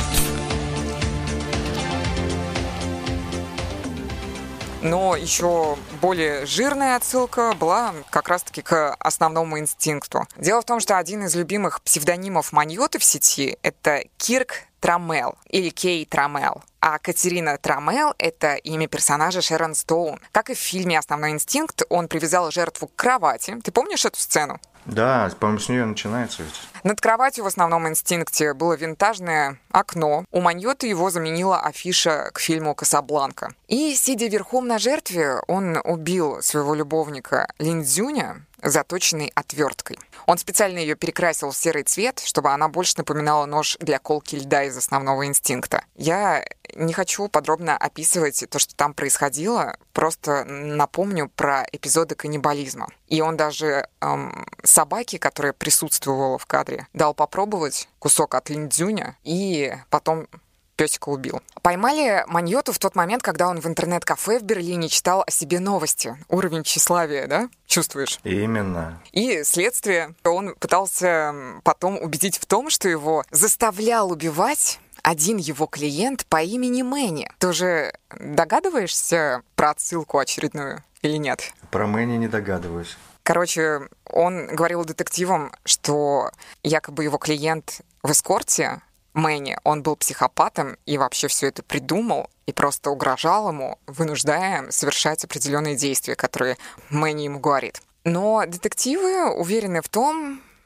Но еще более жирная отсылка была как раз-таки к основному инстинкту. Дело в том, что один из любимых псевдонимов Маньотто в сети — это Кирк Трамел или Кей Трамел. А Катерина Трамел — это имя персонажа Шерон Стоун. Как и в фильме «Основной инстинкт», он привязал жертву к кровати. Ты помнишь эту сцену? Да, по-моему, с нее начинается ведь. Над кроватью в «Основном инстинкте» было винтажное окно. У Маньотто его заменила афиша к фильму «Касабланка». И, сидя верхом на жертве, он убил своего любовника Линь Цзюня заточенной отверткой. Он специально ее перекрасил в серый цвет, чтобы она больше напоминала нож для колки льда из «Основного инстинкта». Я не хочу подробно описывать то, что там происходило, просто напомню про эпизоды каннибализма. И он даже эм, собаке, которая присутствовала в кадре, дал попробовать кусок от Линь Цзюня и потом песика убил. Поймали Маньотту в тот момент, когда он в интернет-кафе в Берлине читал о себе новости. Уровень тщеславия, да? Чувствуешь? Именно. И следствие, он пытался потом убедить в том, что его заставлял убивать один его клиент по имени Мэнни. Ты уже догадываешься про отсылку очередную или нет? Про Мэнни не догадываюсь. Короче, он говорил детективам, что якобы его клиент в эскорте Мэнни, он был психопатом и вообще все это придумал и просто угрожал ему, вынуждая совершать определенные действия, которые Мэнни ему говорит. Но детективы уверены в том,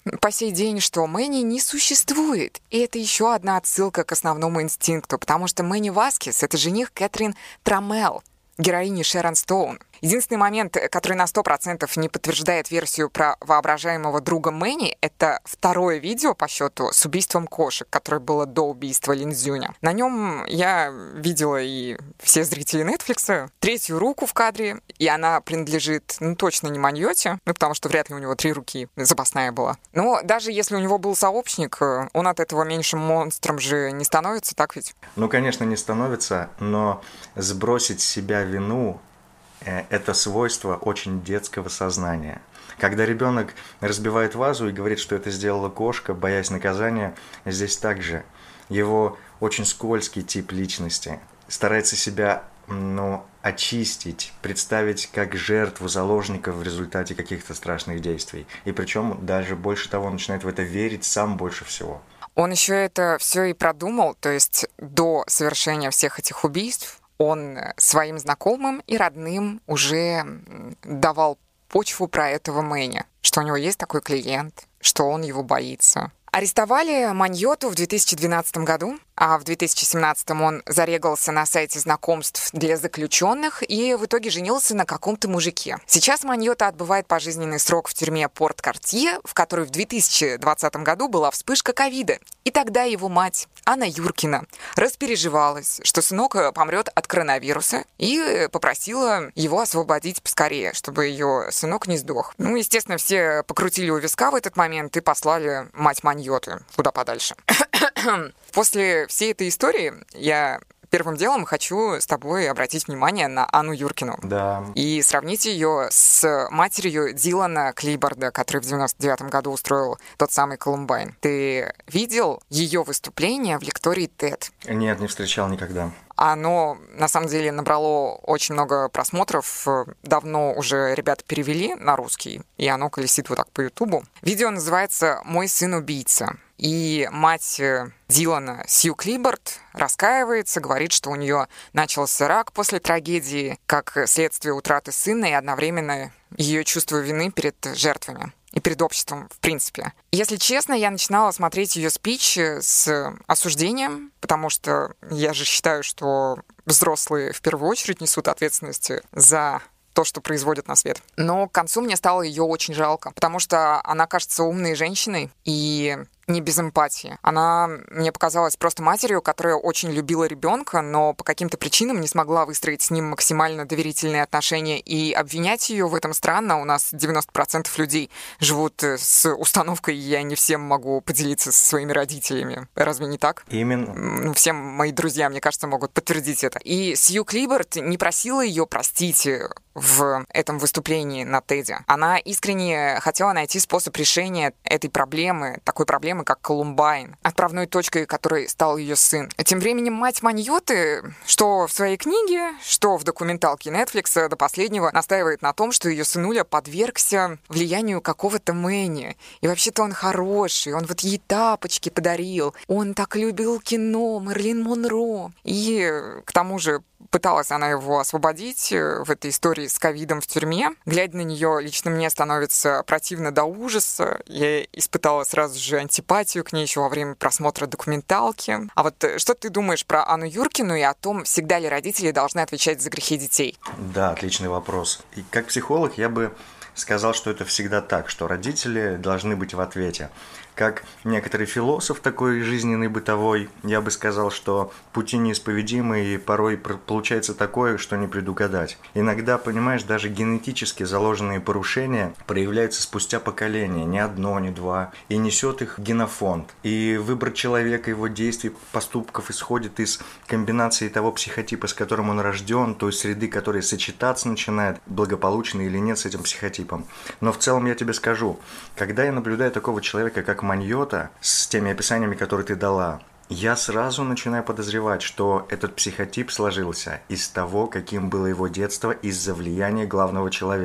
по сей день, что Мэнни не существует. И это еще одна отсылка к основному инстинкту, потому что Мэнни Васкес — это жених Кэтрин Траммелл, героини Шерон Стоун. Единственный момент, который на сто процентов не подтверждает версию про воображаемого друга Мэнни, это второе видео по счету с убийством кошек, которое было до убийства Лин Цзюня. На нем я видела и все зрители Netflix, третью руку в кадре, и она принадлежит, ну, точно не Маньоте, ну, потому что вряд ли у него три руки, запасная была. Но даже если у него был сообщник, он от этого меньшим монстром же не становится, так ведь? Ну, конечно, не становится, но сбросить с себя вину — это свойство очень детского сознания. Когда ребенок разбивает вазу и говорит, что это сделала кошка, боясь наказания, здесь также его очень скользкий тип личности старается себя, ну, очистить, представить как жертву заложника в результате каких-то страшных действий. И причем даже больше того, он начинает в это верить сам больше всего. Он еще это все и продумал, то есть до совершения всех этих убийств он своим знакомым и родным уже давал почву про этого Мэнни, что у него есть такой клиент, что он его боится. Арестовали Маньоту в две тысячи двенадцатом году, а в две тысячи семнадцатом он зарегался на сайте знакомств для заключенных и в итоге женился на каком-то мужике. Сейчас Маньота отбывает пожизненный срок в тюрьме Порт-Картье, в которой в две тысячи двадцатом году была вспышка ковида. И тогда его мать, Анна Юркина, распереживалась, что сынок помрет от коронавируса, и попросила его освободить поскорее, чтобы ее сынок не сдох. Ну, естественно, все покрутили у виска в этот момент и послали мать Маньоты куда подальше. После всей этой истории я первым делом хочу с тобой обратить внимание на Анну Юркину. Да. И сравнить ее с матерью Дилана Клиборда, который в девяносто девятом году устроил тот самый Колумбайн. Ты видел ее выступление в лектории тед? Нет, не встречал никогда. Оно, на самом деле, набрало очень много просмотров. Давно уже ребята перевели на русский, и оно колесит вот так по Ютубу. Видео называется «Мой сын убийца». И мать Дилана, Сью Клиборд, раскаивается, говорит, что у нее начался рак после трагедии, как следствие утраты сына и одновременно ее чувство вины перед жертвами и перед обществом, в принципе. Если честно, я начинала смотреть ее спич с осуждением, потому что я же считаю, что взрослые в первую очередь несут ответственность за то, что производят на свет. Но к концу мне стало ее очень жалко, потому что она кажется умной женщиной и не без эмпатии. Она мне показалась просто матерью, которая очень любила ребенка, но по каким-то причинам не смогла выстроить с ним максимально доверительные отношения, и обвинять ее в этом странно. У нас девяносто процентов людей живут с установкой «я не всем могу поделиться со своими родителями». Разве не так? Именно. Все мои друзья, мне кажется, могут подтвердить это. И Сью Клиборд не просила ее простить в этом выступлении на теде. Она искренне хотела найти способ решения этой проблемы, такой проблемы, как Колумбайн, отправной точкой которой стал ее сын. Тем временем мать Маньоты, что в своей книге, что в документалке Netflix, до последнего настаивает на том, что ее сынуля подвергся влиянию какого-то Мэнни. И вообще-то он хороший, он вот ей тапочки подарил, он так любил кино, Мерлин Монро. И к тому же пыталась она его освободить в этой истории с ковидом в тюрьме. Глядя на нее, лично мне становится противно до ужаса. Я испытала сразу же антипатию к ней еще во время просмотра документалки. А вот что ты думаешь про Анну Юркину и о том, всегда ли родители должны отвечать за грехи детей? Да, отличный вопрос. И как психолог я бы сказал, что это всегда так, что родители должны быть в ответе. Как некоторый философ такой жизненный, бытовой, я бы сказал, что пути неисповедимы, и порой получается такое, что не предугадать. Иногда, понимаешь, даже генетически заложенные порушения проявляются спустя поколения, не одно, не два, и несет их генофонд. И выбор человека, его действий, поступков исходит из комбинации того психотипа, с которым он рожден, той среды, которая сочетаться начинает, благополучно или нет с этим психотипом. Но в целом я тебе скажу, когда я наблюдаю такого человека, как Маньота, с теми описаниями, которые ты дала, я сразу начинаю подозревать, что этот психотип сложился из того, каким было его детство из-за влияния главного человека.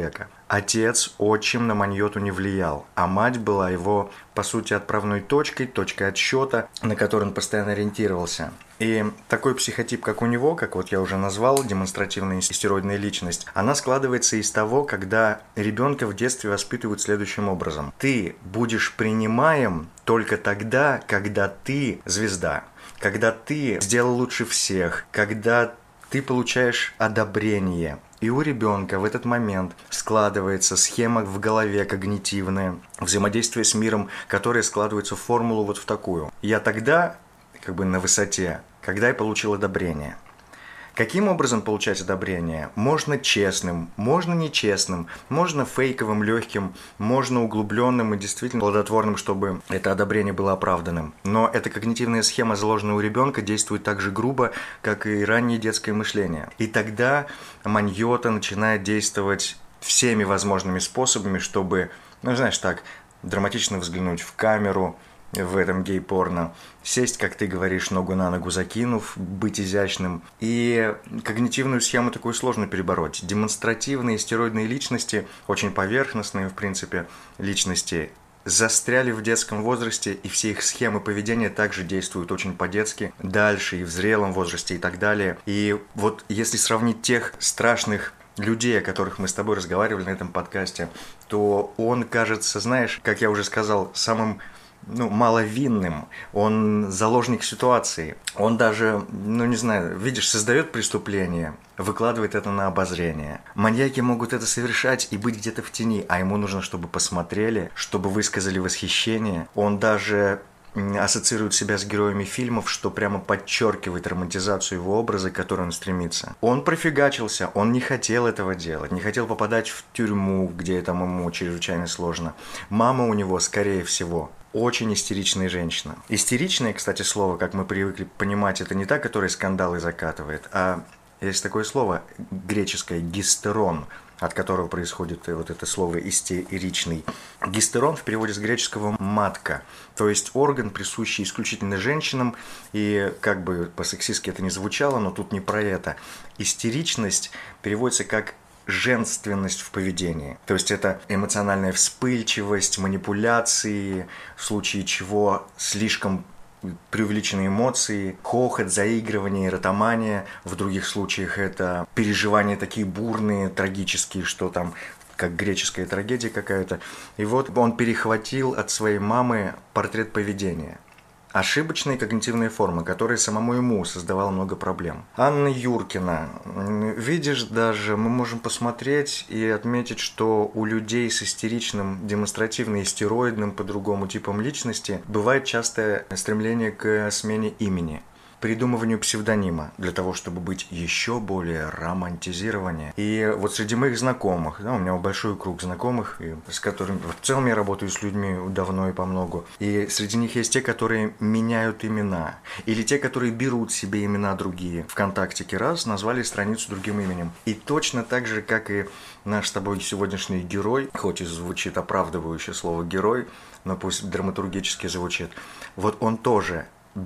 Отец, отчим на Маньоту не влиял, а мать была его, по сути, отправной точкой, точкой отсчета, на которой он постоянно ориентировался. И такой психотип, как у него, как вот я уже назвал, демонстративная истероидная личность, она складывается из того, когда ребенка в детстве воспитывают следующим образом. Ты будешь принимаем только тогда, когда ты звезда, когда ты сделал лучше всех, когда ты получаешь одобрение. И у ребенка в этот момент складывается схема в голове когнитивная, взаимодействие с миром, которая складывается в формулу вот в такую. Я тогда, как бы на высоте, когда я получил одобрение. Каким образом получать одобрение? Можно честным, можно нечестным, можно фейковым, легким, можно углубленным и действительно плодотворным, чтобы это одобрение было оправданным. Но эта когнитивная схема, заложенная у ребенка, действует так же грубо, как и раннее детское мышление. И тогда Маньота начинает действовать всеми возможными способами, чтобы, ну знаешь так, драматично взглянуть в камеру, в этом гей-порно, сесть, как ты говоришь, ногу на ногу закинув, быть изящным. И когнитивную схему такую сложно перебороть. Демонстративные стероидные личности, очень поверхностные, в принципе, личности, застряли в детском возрасте, и все их схемы поведения также действуют очень по-детски, дальше и в зрелом возрасте и так далее. И вот если сравнить тех страшных людей, о которых мы с тобой разговаривали на этом подкасте, то он кажется, знаешь, как я уже сказал, самым ну, маловинным, он заложник ситуации, он даже, ну не знаю, видишь, создает преступление, выкладывает это на обозрение. Маньяки могут это совершать и быть где-то в тени, а ему нужно, чтобы посмотрели, чтобы высказали восхищение. Он даже ассоциирует себя с героями фильмов, что прямо подчеркивает романтизацию его образа, к которой он стремится. Он профигачился, он не хотел этого делать, не хотел попадать в тюрьму, где там ему чрезвычайно сложно. Мама у него, скорее всего, очень истеричная женщина. Истеричное, кстати, слово, как мы привыкли понимать, это не та, которая скандалы закатывает, а есть такое слово греческое «гистерон», от которого происходит вот это слово «истеричный». Гистерон в переводе с греческого «матка», то есть орган, присущий исключительно женщинам, и как бы по-сексистски это не звучало, но тут не про это. Истеричность переводится как женственность в поведении. То есть это эмоциональная вспыльчивость, манипуляции, в случае чего слишком преувеличенные эмоции, хохот, заигрывание, эротомания. В других случаях это переживания такие бурные, трагические, что там как греческая трагедия какая-то. И вот он перехватил от своей мамы портрет поведения. Ошибочная когнитивная форма, которая самому ему создавала много проблем. Анна Юркина. Видишь, даже мы можем посмотреть и отметить, что у людей с истеричным, демонстративно истероидным, по-другому типом личности бывает частое стремление к смене имени, придумыванию псевдонима для того, чтобы быть еще более романтизированнее. И вот среди моих знакомых, да, у меня большой круг знакомых, и с которыми в целом я работаю с людьми давно и помногу, и среди них есть те, которые меняют имена, или те, которые берут себе имена другие. ВКонтактике раз назвали страницу другим именем. И точно так же, как и наш с тобой сегодняшний герой, хоть и звучит оправдывающее слово «герой», но пусть драматургически звучит, вот он тоже,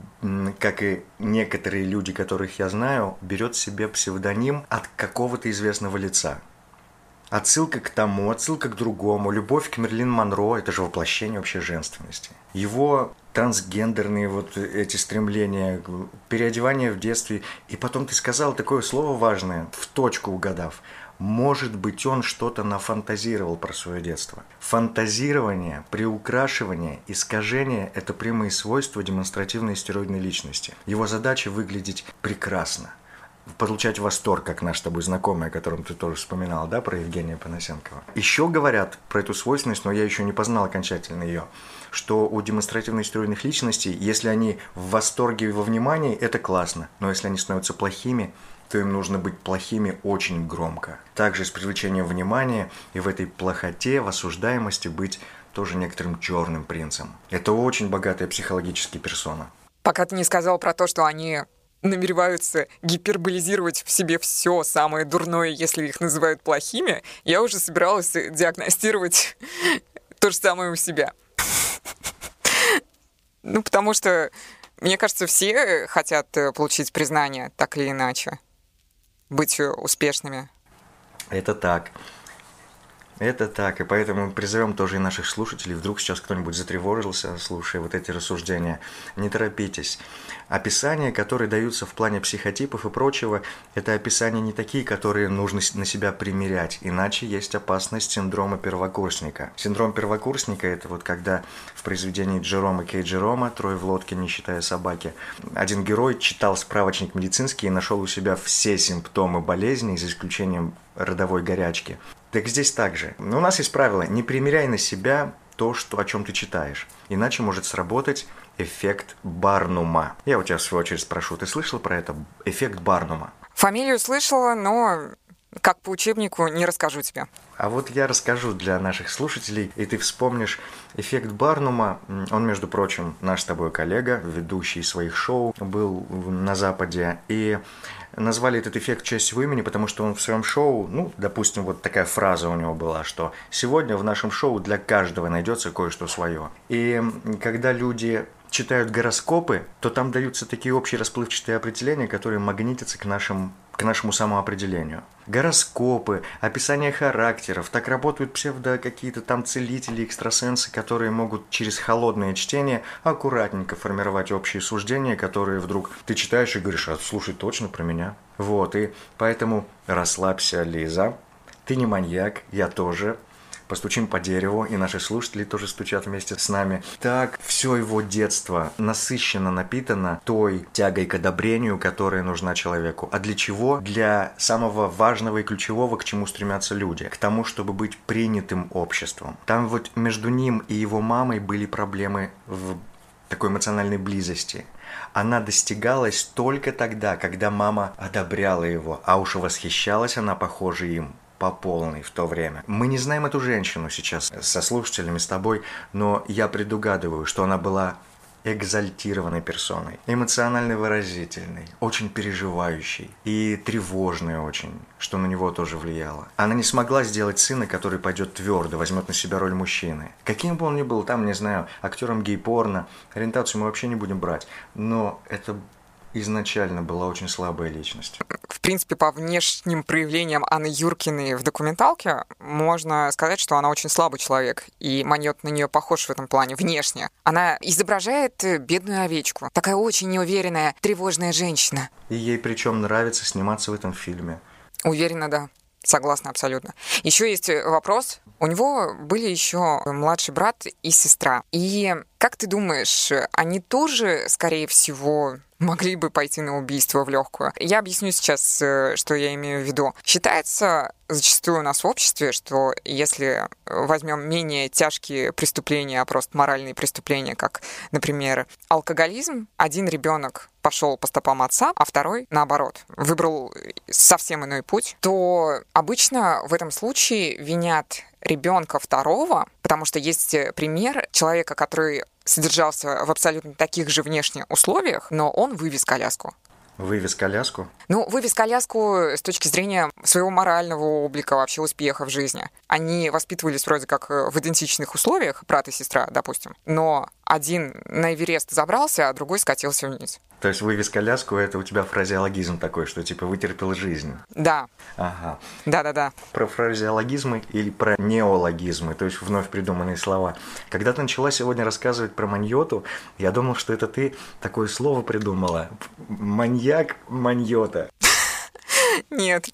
как и некоторые люди, которых я знаю, берет себе псевдоним от какого-то известного лица. Отсылка к тому, отсылка к другому. Любовь к Мерлин Монро – это же воплощение вообще женственности. Его трансгендерные вот эти стремления, переодевание в детстве. И потом ты сказал такое слово важное, в точку угадав. Может быть, он что-то нафантазировал про свое детство. Фантазирование, приукрашивание, искажение – это прямые свойства демонстративной стероидной личности. Его задача – выглядеть прекрасно, получать восторг, как наш с тобой знакомый, о котором ты тоже вспоминал, да, про Евгения Панасенкова. Еще говорят про эту свойственность, но я еще не познал окончательно ее, что у демонстративно стероидных личностей, если они в восторге и во внимании, это классно, но если они становятся плохими, то им нужно быть плохими очень громко. Также с привлечением внимания и в этой плохоте, в осуждаемости быть тоже некоторым черным принцем. Это очень богатая психологическая персона. Пока ты не сказал про то, что они намереваются гиперболизировать в себе все самое дурное, если их называют плохими, я уже собиралась диагностировать то же самое у себя. Ну, потому что, мне кажется, все хотят получить признание, так или иначе. Быть успешными. Это так. Это так, и поэтому призовем тоже и наших слушателей, вдруг сейчас кто-нибудь затревожился, слушая вот эти рассуждения, не торопитесь. Описания, которые даются в плане психотипов и прочего, это описания не такие, которые нужно на себя примерять, иначе есть опасность синдрома первокурсника. Синдром первокурсника – это вот когда в произведении Джерома Кей Джерома «Трое в лодке, не считая собаки» один герой читал справочник медицинский и нашел у себя все симптомы болезни, за исключением родовой горячки. Так здесь также. Но у нас есть правило: не примеряй на себя то, что, о чем ты читаешь. Иначе может сработать эффект Барнума. Я у тебя в свою очередь спрошу, ты слышал про это? Эффект Барнума. Фамилию слышала, но как по учебнику не расскажу тебе. А вот я расскажу для наших слушателей, и ты вспомнишь эффект Барнума. Он, между прочим, наш с тобой коллега, ведущий своих шоу, был на Западе. И назвали этот эффект в честь его имени, потому что он в своем шоу, ну, допустим, вот такая фраза у него была, что «сегодня в нашем шоу для каждого найдется кое-что свое». И когда люди читают гороскопы, то там даются такие общие расплывчатые определения, которые магнитятся к нашим к нашему самоопределению. Гороскопы, описание характеров, так работают псевдо какие-то там целители, экстрасенсы, которые могут через холодное чтение аккуратненько формировать общие суждения, которые вдруг ты читаешь и говоришь: а слушай, точно про меня. Вот, и поэтому расслабься, Лиза, ты не маньяк, я тоже. Постучим по дереву, и наши слушатели тоже стучат вместе с нами. Так, все его детство насыщенно напитано той тягой к одобрению, которая нужна человеку. А для чего? Для самого важного и ключевого, к чему стремятся люди. К тому, чтобы быть принятым обществом. Там вот между ним и его мамой были проблемы в такой эмоциональной близости. Она достигалась только тогда, когда мама одобряла его, а уж восхищалась она, похоже, им по полной в то время. Мы не знаем эту женщину сейчас со слушателями, с тобой, но я предугадываю, что она была экзальтированной персоной, эмоционально выразительной, очень переживающей и тревожной очень, что на него тоже влияло. Она не смогла сделать сына, который пойдет твердо, возьмет на себя роль мужчины. Каким бы он ни был, там, не знаю, актером гей-порно, ориентацию мы вообще не будем брать, но это изначально была очень слабая личность. В принципе, по внешним проявлениям Анны Юркиной в документалке можно сказать, что она очень слабый человек, и Маньот на нее похож в этом плане внешне. Она изображает бедную овечку. Такая очень неуверенная, тревожная женщина. И ей причем нравится сниматься в этом фильме. Уверена, да. Согласна абсолютно. Еще есть вопрос. У него были еще младший брат и сестра. И как ты думаешь, они тоже, скорее всего, могли бы пойти на убийство в легкую? Я объясню сейчас, что я имею в виду. Считается зачастую у нас в обществе, что если возьмем менее тяжкие преступления, а просто моральные преступления, как, например, алкоголизм, один ребенок пошел по стопам отца, а второй, наоборот, выбрал совсем иной путь, то обычно в этом случае винят ребенка второго, потому что есть пример человека, который содержался в абсолютно таких же внешних условиях, но он вывез коляску. Вывез коляску? Ну, вывез коляску с точки зрения своего морального облика, вообще успеха в жизни. Они воспитывались вроде как в идентичных условиях, брат и сестра, допустим, но один на Эверест забрался, а другой скатился вниз. То есть вывез коляску — это у тебя фразеологизм такой, что типа вытерпел жизнь. Да. Ага. Да-да-да. Про фразеологизмы или про неологизмы, то есть вновь придуманные слова. Когда ты начала сегодня рассказывать про Маньоту, я думал, что это ты такое слово придумала. Маньяк Маньота. Нет.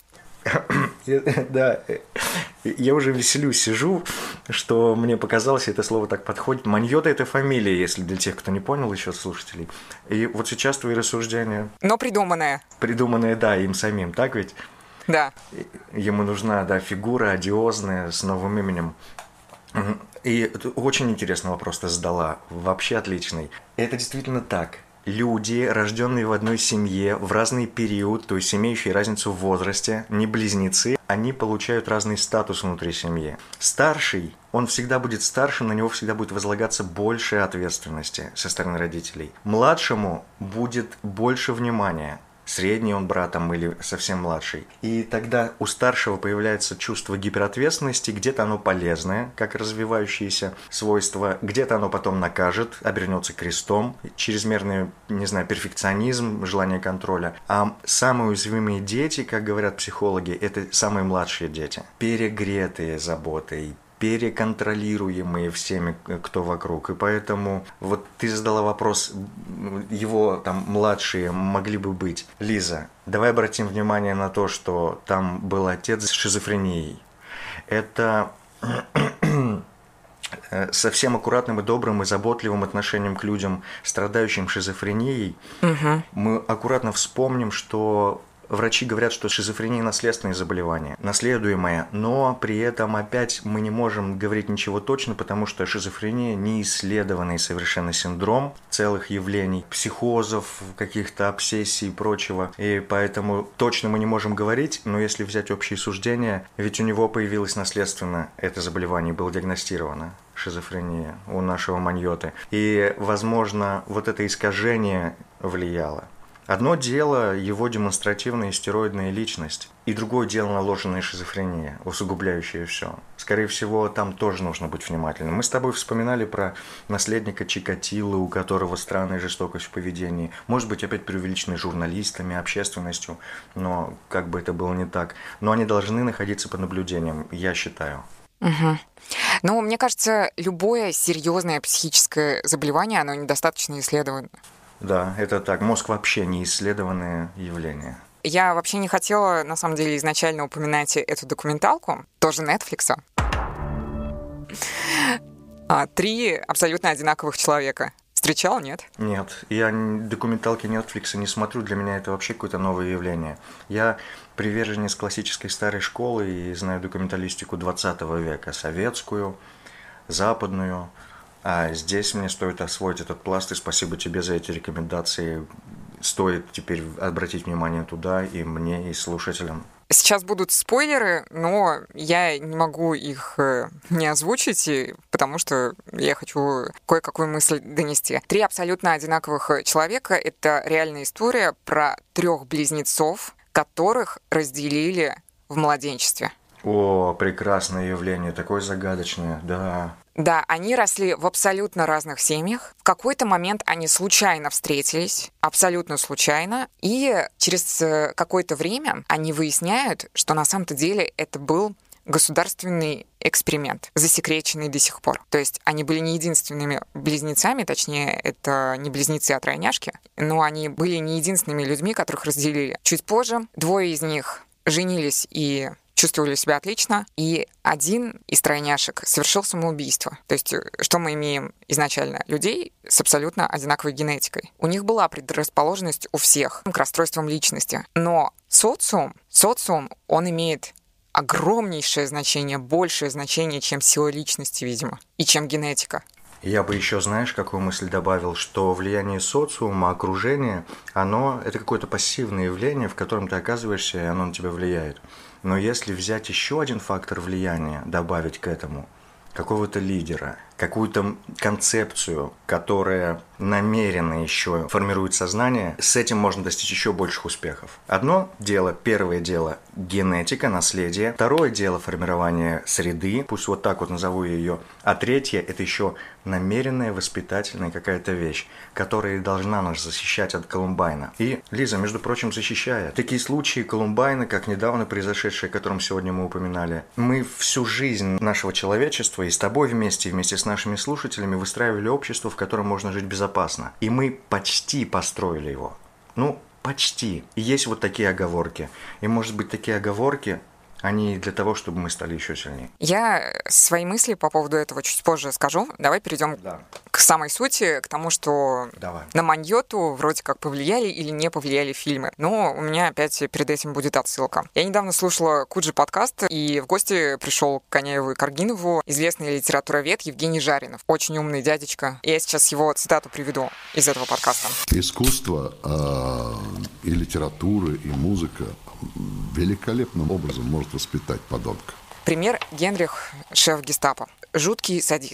Да, я уже веселюсь, сижу, что мне показалось, это слово так подходит. Маньота — это фамилия, если для тех, кто не понял еще, слушателей. И вот сейчас твои рассуждения. Но придуманная. Придуманная, да, им самим, так ведь? Да. Ему нужна, да, фигура одиозная, с новым именем. И очень интересный вопрос ты задала, вообще отличный. Это действительно так. Люди, рожденные в одной семье в разный период, то есть имеющие разницу в возрасте, не близнецы, они получают разный статус внутри семьи. Старший, он всегда будет старше, на него всегда будет возлагаться больше ответственности со стороны родителей. Младшему будет больше внимания средний он брат там, или совсем младший. И тогда у старшего появляется чувство гиперответственности, где-то оно полезное, как развивающееся свойство, где-то оно потом накажет, обернется крестом, чрезмерный, не знаю, перфекционизм, желание контроля. А самые уязвимые дети, как говорят психологи, это самые младшие дети, перегретые заботой, переконтролируемые всеми, кто вокруг. И поэтому вот ты задала вопрос, его там младшие могли бы быть. Лиза, давай обратим внимание на то, что там был отец с шизофренией. Это со всем аккуратным и добрым и заботливым отношением к людям, страдающим шизофренией, угу. мы аккуратно вспомним, что врачи говорят, что шизофрения – наследственное заболевание, наследуемое, но при этом опять мы не можем говорить ничего точно, потому что шизофрения – не исследованный совершенно синдром целых явлений, психозов, каких-то обсессий и прочего, и поэтому точно мы не можем говорить, но если взять общие суждения, ведь у него появилось наследственно это заболевание, было диагностировано. Шизофрения у нашего Маньоты. И, возможно, вот это искажение влияло. Одно дело его демонстративная стероидная личность, и другое дело наложенная шизофрения, усугубляющая все. Скорее всего, там тоже нужно быть внимательным. Мы с тобой вспоминали про наследника Чикатило, у которого странная жестокость в поведении. Может быть, опять преувеличенной журналистами, общественностью, но как бы это было не так. Но они должны находиться под наблюдением, я считаю. Угу. Ну, мне кажется, любое серьезное психическое заболевание, оно недостаточно исследовано. Да, это так. Мозг вообще не исследованное явление. Я вообще не хотела, на самом деле, изначально упоминать эту документалку, тоже Netflix. Три абсолютно одинаковых человека. Встречал, нет? Нет, я документалки Netflix не смотрю, для меня это вообще какое-то новое явление. Я приверженец классической старой школы и знаю документалистику двадцатого века, советскую, западную. А здесь мне стоит освоить этот пласт, и спасибо тебе за эти рекомендации. Стоит теперь обратить внимание туда и мне, и слушателям. Сейчас будут спойлеры, но я не могу их не озвучить, потому что я хочу кое-какую мысль донести. Три абсолютно одинаковых человека — это реальная история про трех близнецов, которых разделили в младенчестве. О, прекрасное явление, такое загадочное, да. Да, они росли в абсолютно разных семьях. В какой-то момент они случайно встретились, абсолютно случайно, и через какое-то время они выясняют, что на самом-то деле это был государственный эксперимент, засекреченный до сих пор. То есть они были не единственными близнецами, точнее, это не близнецы, а тройняшки, но они были не единственными людьми, которых разделили. Чуть позже двое из них женились и чувствовали себя отлично, и один из тройняшек совершил самоубийство. То есть что мы имеем изначально? Людей с абсолютно одинаковой генетикой. У них была предрасположенность у всех к расстройствам личности. Но социум, социум, он имеет огромнейшее значение, большее значение, чем сила личности, видимо, и чем генетика. Я бы еще, знаешь, какую мысль добавил, что влияние социума, окружения, оно это какое-то пассивное явление, в котором ты оказываешься, и оно на тебя влияет. Но если взять еще один фактор влияния, добавить к этому, какого-то лидера, какую-то концепцию, которая намеренно еще формирует сознание, с этим можно достичь еще больших успехов. Одно дело, первое дело – генетика, наследие. Второе дело – формирование среды, пусть вот так вот назову ее. А третье – это еще намеренная воспитательная какая-то вещь, которая должна нас защищать от Колумбайна. И Лиза, между прочим, защищает. Такие случаи Колумбайна, как недавно произошедшие, о котором сегодня мы упоминали, мы всю жизнь нашего человечества и с тобой вместе, вместе с нашими слушателями выстраивали общество, в котором можно жить безопасно. И мы почти построили его. Ну, почти. И есть вот такие оговорки. И, может быть, такие оговорки, они для того, чтобы мы стали еще сильнее. Я свои мысли по поводу этого чуть позже скажу. Давай перейдем да. к самой сути, к тому, что Давай. на Маньоту вроде как повлияли или не повлияли фильмы. Но у меня опять перед этим будет отсылка. Я недавно слушала Куджи подкаст, и в гости пришел к Коняеву и Каргинову известный литературовед Евгений Жаринов. Очень умный дядечка. Я сейчас его цитату приведу из этого подкаста. Искусство э, и литература, и музыка великолепным образом может воспитать подонка. Пример: Генрих, шеф гестапо. Жуткий садист.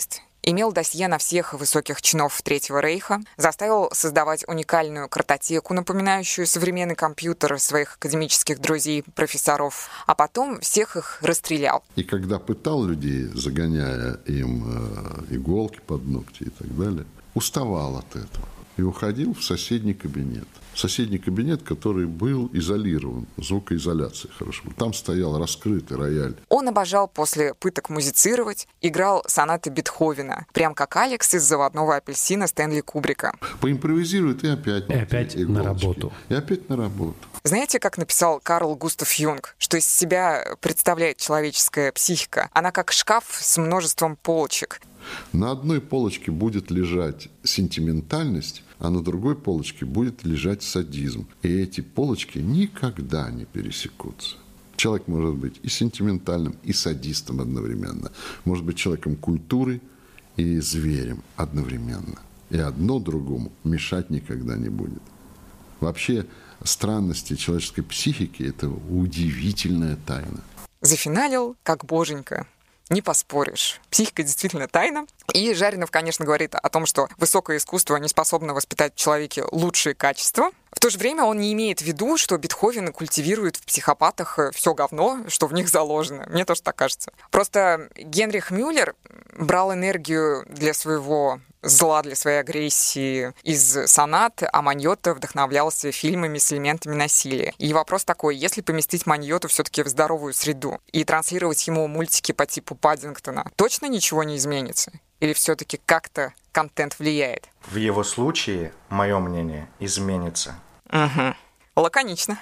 имел досье на всех высоких чинов Третьего рейха, заставил создавать уникальную картотеку, напоминающую современный компьютер своих академических друзей, профессоров, а потом всех их расстрелял. И когда пытал людей, загоняя им э, иголки под ногти и так далее, уставал от этого и уходил в соседний кабинет. Соседний кабинет, который был изолирован, звукоизоляция хорошо. Там стоял раскрытый рояль. Он обожал после пыток музицировать, играл сонаты Бетховена, прям как Алекс из «Заводного апельсина» Стэнли Кубрика. Поимпровизирует и опять. И опять иголочки. на работу. И опять на работу. Знаете, как написал Карл Густав Юнг, что из себя представляет человеческая психика? Она как шкаф с множеством полочек. На одной полочке будет лежать сентиментальность, а на другой полочке будет лежать садизм. И эти полочки никогда не пересекутся. Человек может быть и сентиментальным, и садистом одновременно. Может быть человеком культуры и зверем одновременно. И одно другому мешать никогда не будет. Вообще, странности человеческой психики – это удивительная тайна. Зафиналил, как боженька. Не поспоришь. Психика действительно тайна. И Жаринов, конечно, говорит о том, что высокое искусство не способно воспитать в человеке лучшие качества. В то же время он не имеет в виду, что Бетховен культивирует в психопатах все говно, что в них заложено. Мне тоже так кажется. Просто Генрих Мюллер брал энергию для своего зла, для своей агрессии из сонат, а Маньотто вдохновлялся фильмами с элементами насилия. И вопрос такой, если поместить Маньотту все-таки в здоровую среду и транслировать ему мультики по типу Паддингтона, точно ничего не изменится? Или все-таки как-то контент влияет? В его случае, мое мнение, изменится. Угу. Лаконично.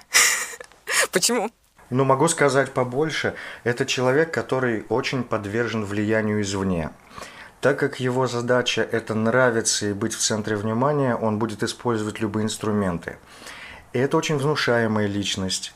Почему? Ну, могу сказать побольше. Это человек, который очень подвержен влиянию извне. Так как его задача – это нравиться и быть в центре внимания, он будет использовать любые инструменты. И это очень внушаемая личность.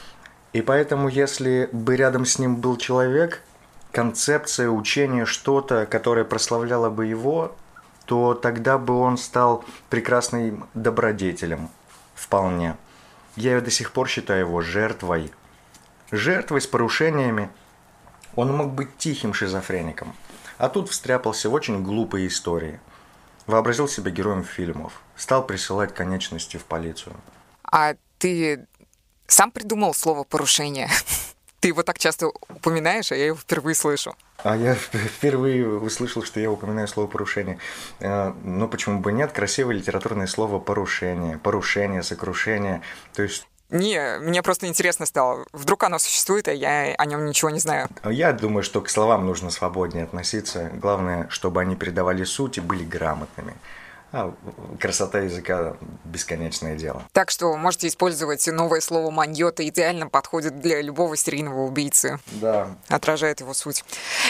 И поэтому, если бы рядом с ним был человек, концепция, учение, что-то, которое прославляло бы его, то тогда бы он стал прекрасным добродетелем. Вполне. Я до сих пор считаю его жертвой. Жертвой с порушениями. Он мог быть тихим шизофреником. А тут встряпался в очень глупые истории. Вообразил себя героем фильмов. Стал присылать конечности в полицию. А ты сам придумал слово «порушение»? Ты его так часто упоминаешь, а я его впервые слышу. А я впервые услышал, что я упоминаю слово «порушение». Ну, почему бы нет? Красивое литературное слово «порушение». Порушение, сокрушение. То есть... Не, мне просто интересно стало. Вдруг оно существует, а я о нем ничего не знаю. Я думаю, что к словам нужно свободнее относиться. Главное, чтобы они передавали суть и были грамотными. А красота языка – бесконечное дело. Так что можете использовать новое слово «маньотто», идеально подходит для любого серийного убийцы. Да. Отражает его суть.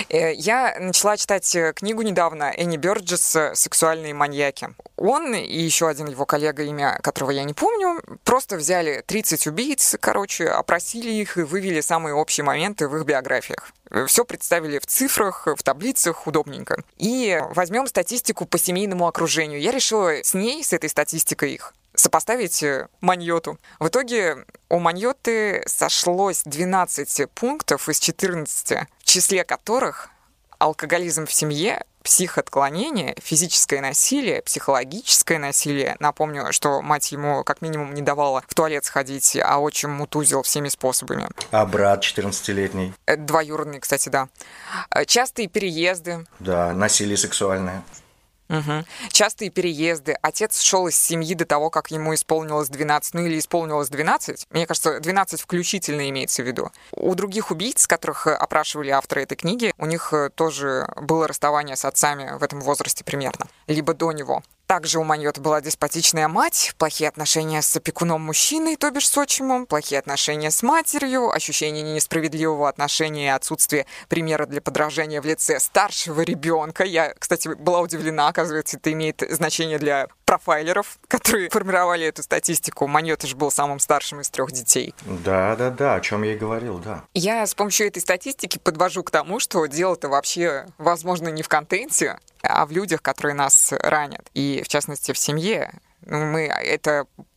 Я начала читать книгу недавно Энни Бёрджесс «Сексуальные маньяки». Он и еще один его коллега, имя которого я не помню, просто взяли тридцать убийц, короче, опросили их и вывели самые общие моменты в их биографиях. Все представили в цифрах, в таблицах, удобненько. И возьмем статистику по семейному окружению. Я решила с ней, с этой статистикой их, сопоставить Маньотту. В итоге у Маньотты сошлось двенадцать пунктов из четырнадцати, в числе которых алкоголизм в семье, психоотклонение, физическое насилие, психологическое насилие. Напомню, что мать ему как минимум не давала в туалет сходить, а отчим мутузил всеми способами. А брат четырнадцатилетний? Двоюродный, кстати, да. Частые переезды. Да, насилие сексуальное. Угу. Частые переезды. Отец шел из семьи до того, как ему исполнилось двенадцать, ну или исполнилось двенадцать. Мне кажется, двенадцать включительно имеется в виду. У других убийц, которых опрашивали авторы этой книги, у них тоже было расставание с отцами в этом возрасте примерно, либо до него. Также у Маньотты была деспотичная мать, плохие отношения с опекуном мужчиной, то бишь с отчимом, плохие отношения с матерью, ощущение несправедливого отношения и отсутствие примера для подражания в лице старшего ребенка. Я, кстати, была удивлена, оказывается, это имеет значение для профайлеров, которые формировали эту статистику. Маньотта же был самым старшим из трех детей. Да-да-да, о чем я и говорил, да. Я с помощью этой статистики подвожу к тому, что дело-то вообще, возможно, не в контенте, а в людях, которые нас ранят. И, в частности, в семье. Мы это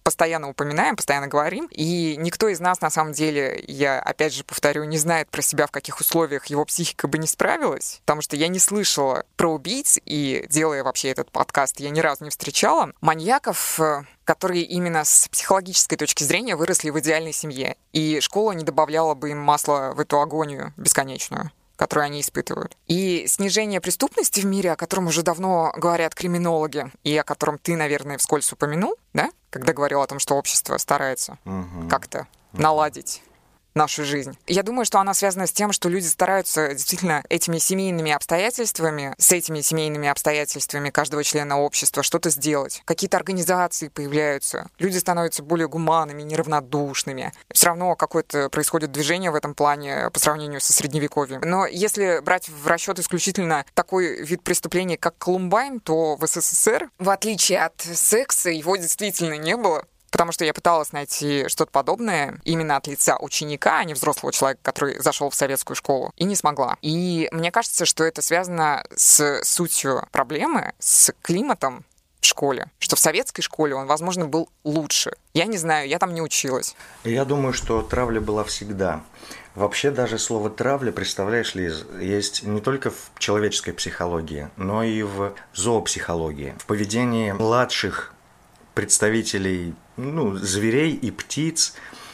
постоянно упоминаем, постоянно говорим, и никто из нас, на самом деле, я опять же повторю, не знает про себя, в каких условиях его психика бы не справилась, потому что я не слышала про убийц, и делая вообще этот подкаст, я ни разу не встречала маньяков, которые именно с психологической точки зрения выросли в идеальной семье, и школа не добавляла бы им масла в эту агонию бесконечную, которую они испытывают. И снижение преступности в мире, о котором уже давно говорят криминологи, и о котором ты, наверное, вскользь упомянул, да, когда говорил о том, что общество старается угу. как-то наладить нашу жизнь. Я думаю, что она связана с тем, что люди стараются действительно этими семейными обстоятельствами, с этими семейными обстоятельствами каждого члена общества что-то сделать. Какие-то организации появляются, люди становятся более гуманными, неравнодушными. Все равно какое-то происходит движение в этом плане по сравнению со Средневековьем. Но если брать в расчет исключительно такой вид преступлений, как Колумбайн, то в СССР, в отличие от секса, его действительно не было. Потому что я пыталась найти что-то подобное именно от лица ученика, а не взрослого человека, который зашел в советскую школу, и не смогла. И мне кажется, что это связано с сутью проблемы, с климатом в школе, что в советской школе он, возможно, был лучше. Я не знаю, я там не училась. Я думаю, что травля была всегда. Вообще даже слово «травля», представляешь, Лиз, есть не только в человеческой психологии, но и в зоопсихологии. В поведении младших представителей, ну, зверей и птиц,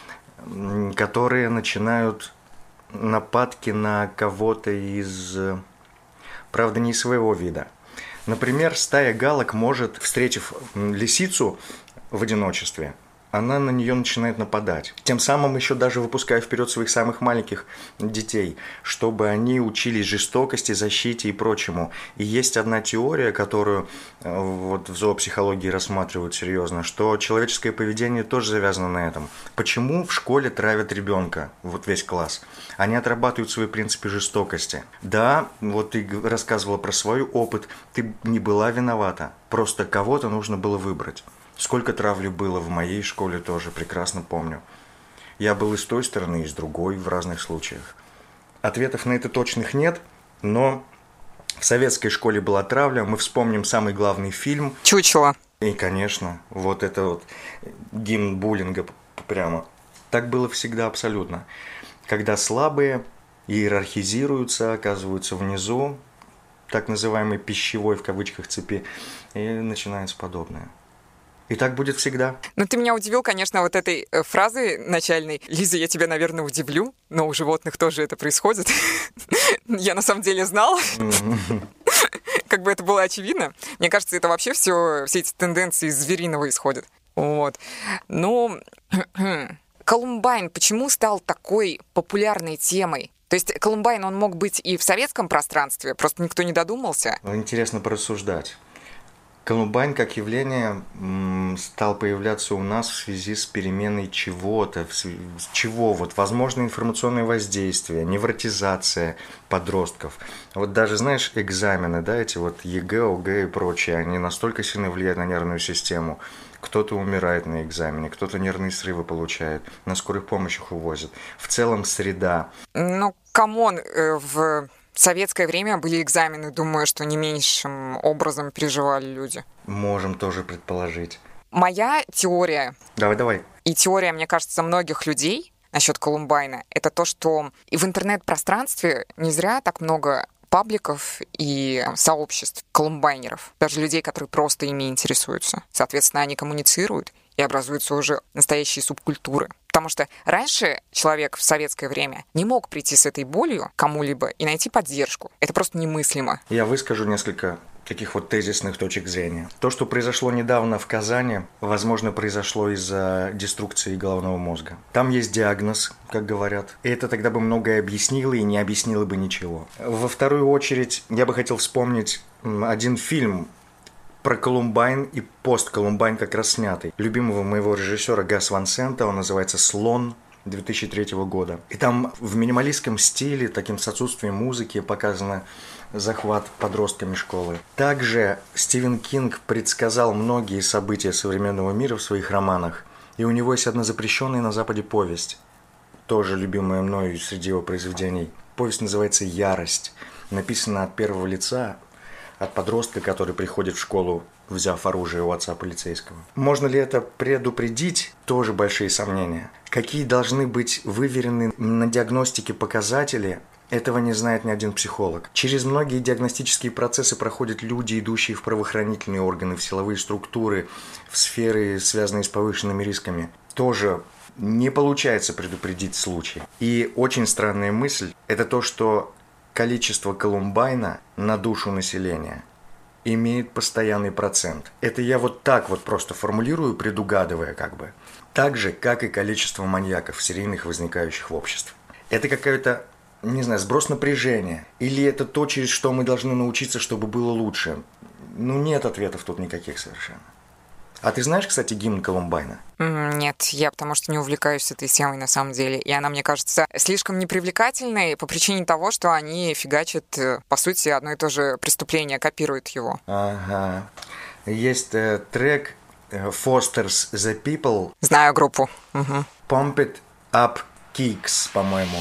которые начинают нападки на кого-то из, правда, не своего вида. Например, стая галок может, встретив лисицу в одиночестве, она на нее начинает нападать. Тем самым еще даже выпуская вперед своих самых маленьких детей, чтобы они учились жестокости, защите и прочему. И есть одна теория, которую вот в зоопсихологии рассматривают серьезно, что человеческое поведение тоже завязано на этом. Почему в школе травят ребенка, вот весь класс? Они отрабатывают свои принципы жестокости. Да, вот ты рассказывала про свой опыт, ты не была виновата, просто кого-то нужно было выбрать. Сколько травли было в моей школе тоже, прекрасно помню. Я был и с той стороны, и с другой в разных случаях. Ответов на это точных нет, но в советской школе была травля. Мы вспомним самый главный фильм. «Чучело». И, конечно, вот это вот гимн буллинга прямо. Так было всегда абсолютно. Когда слабые иерархизируются, оказываются внизу, так называемой пищевой, в кавычках, цепи, и начинается подобное. И так будет всегда. Ну, ты меня удивил, конечно, вот этой э, фразой начальной. Лиза, я тебя, наверное, удивлю, но у животных тоже это происходит. Я на самом деле знала. Как бы это было очевидно. Мне кажется, это вообще все, все эти тенденции из звериного исходят. Вот. Ну, Колумбайн почему стал такой популярной темой? То есть Колумбайн, он мог быть и в советском пространстве, просто никто не додумался. Интересно порассуждать. Колумбайн как явление стал появляться у нас в связи с переменой чего-то, чего вот, возможно, информационное воздействие, невротизация подростков. Вот даже, знаешь, экзамены, да, эти вот ЕГЭ, ОГЭ и прочие, они настолько сильно влияют на нервную систему. Кто-то умирает на экзамене, кто-то нервные срывы получает, на скорой помощь их увозят. В целом среда. Ну, камон, в... В советское время были экзамены, думаю, что не меньшим образом переживали люди. Можем тоже предположить. Моя теория... Давай, давай. И теория, мне кажется, многих людей насчет Колумбайна, это то, что и в интернет-пространстве не зря так много пабликов и сообществ колумбайнеров, даже людей, которые просто ими интересуются. Соответственно, они коммуницируют, и образуются уже настоящие субкультуры. Потому что раньше человек в советское время не мог прийти с этой болью к кому-либо и найти поддержку. Это просто немыслимо. Я выскажу несколько таких вот тезисных точек зрения. То, что произошло недавно в Казани, возможно, произошло из-за деструкции головного мозга. Там есть диагноз, как говорят. И это тогда бы многое объяснило и не объяснило бы ничего. Во вторую очередь, я бы хотел вспомнить один фильм про Колумбайн и пост-Колумбайн как раз снятый. Любимого моего режиссера Гас Ван Сента, он называется «Слон» две тысячи третьего года. И там в минималистском стиле, таким с отсутствием музыки, показано захват подростками школы. Также Стивен Кинг предсказал многие события современного мира в своих романах. И у него есть одна запрещенная на Западе повесть, тоже любимая мною среди его произведений. Повесть называется «Ярость». Написана от первого лица, от подростка, который приходит в школу, взяв оружие у отца полицейского. Можно ли это предупредить? Тоже большие сомнения. Какие должны быть выверены на диагностике показатели? Этого не знает ни один психолог. Через многие диагностические процессы проходят люди, идущие в правоохранительные органы, в силовые структуры, в сферы, связанные с повышенными рисками. Тоже не получается предупредить случай. И очень странная мысль – это то, что количество Колумбайна на душу населения имеет постоянный процент. Это я вот так вот просто формулирую, предугадывая как бы. Так же, как и количество маньяков серийных, возникающих в обществе. Это какая-то, не знаю, сброс напряжения. Или это то, через что мы должны научиться, чтобы было лучше. Ну, нет ответов тут никаких совершенно. А ты знаешь, кстати, гимн Колумбайна? Нет, я потому что не увлекаюсь этой темой на самом деле. И она, мне кажется, слишком непривлекательной по причине того, что они фигачат, по сути, одно и то же преступление, копируют его. Ага. Есть э, трек Foster's The People. Знаю группу. Угу. Pump It Up Kicks, по-моему.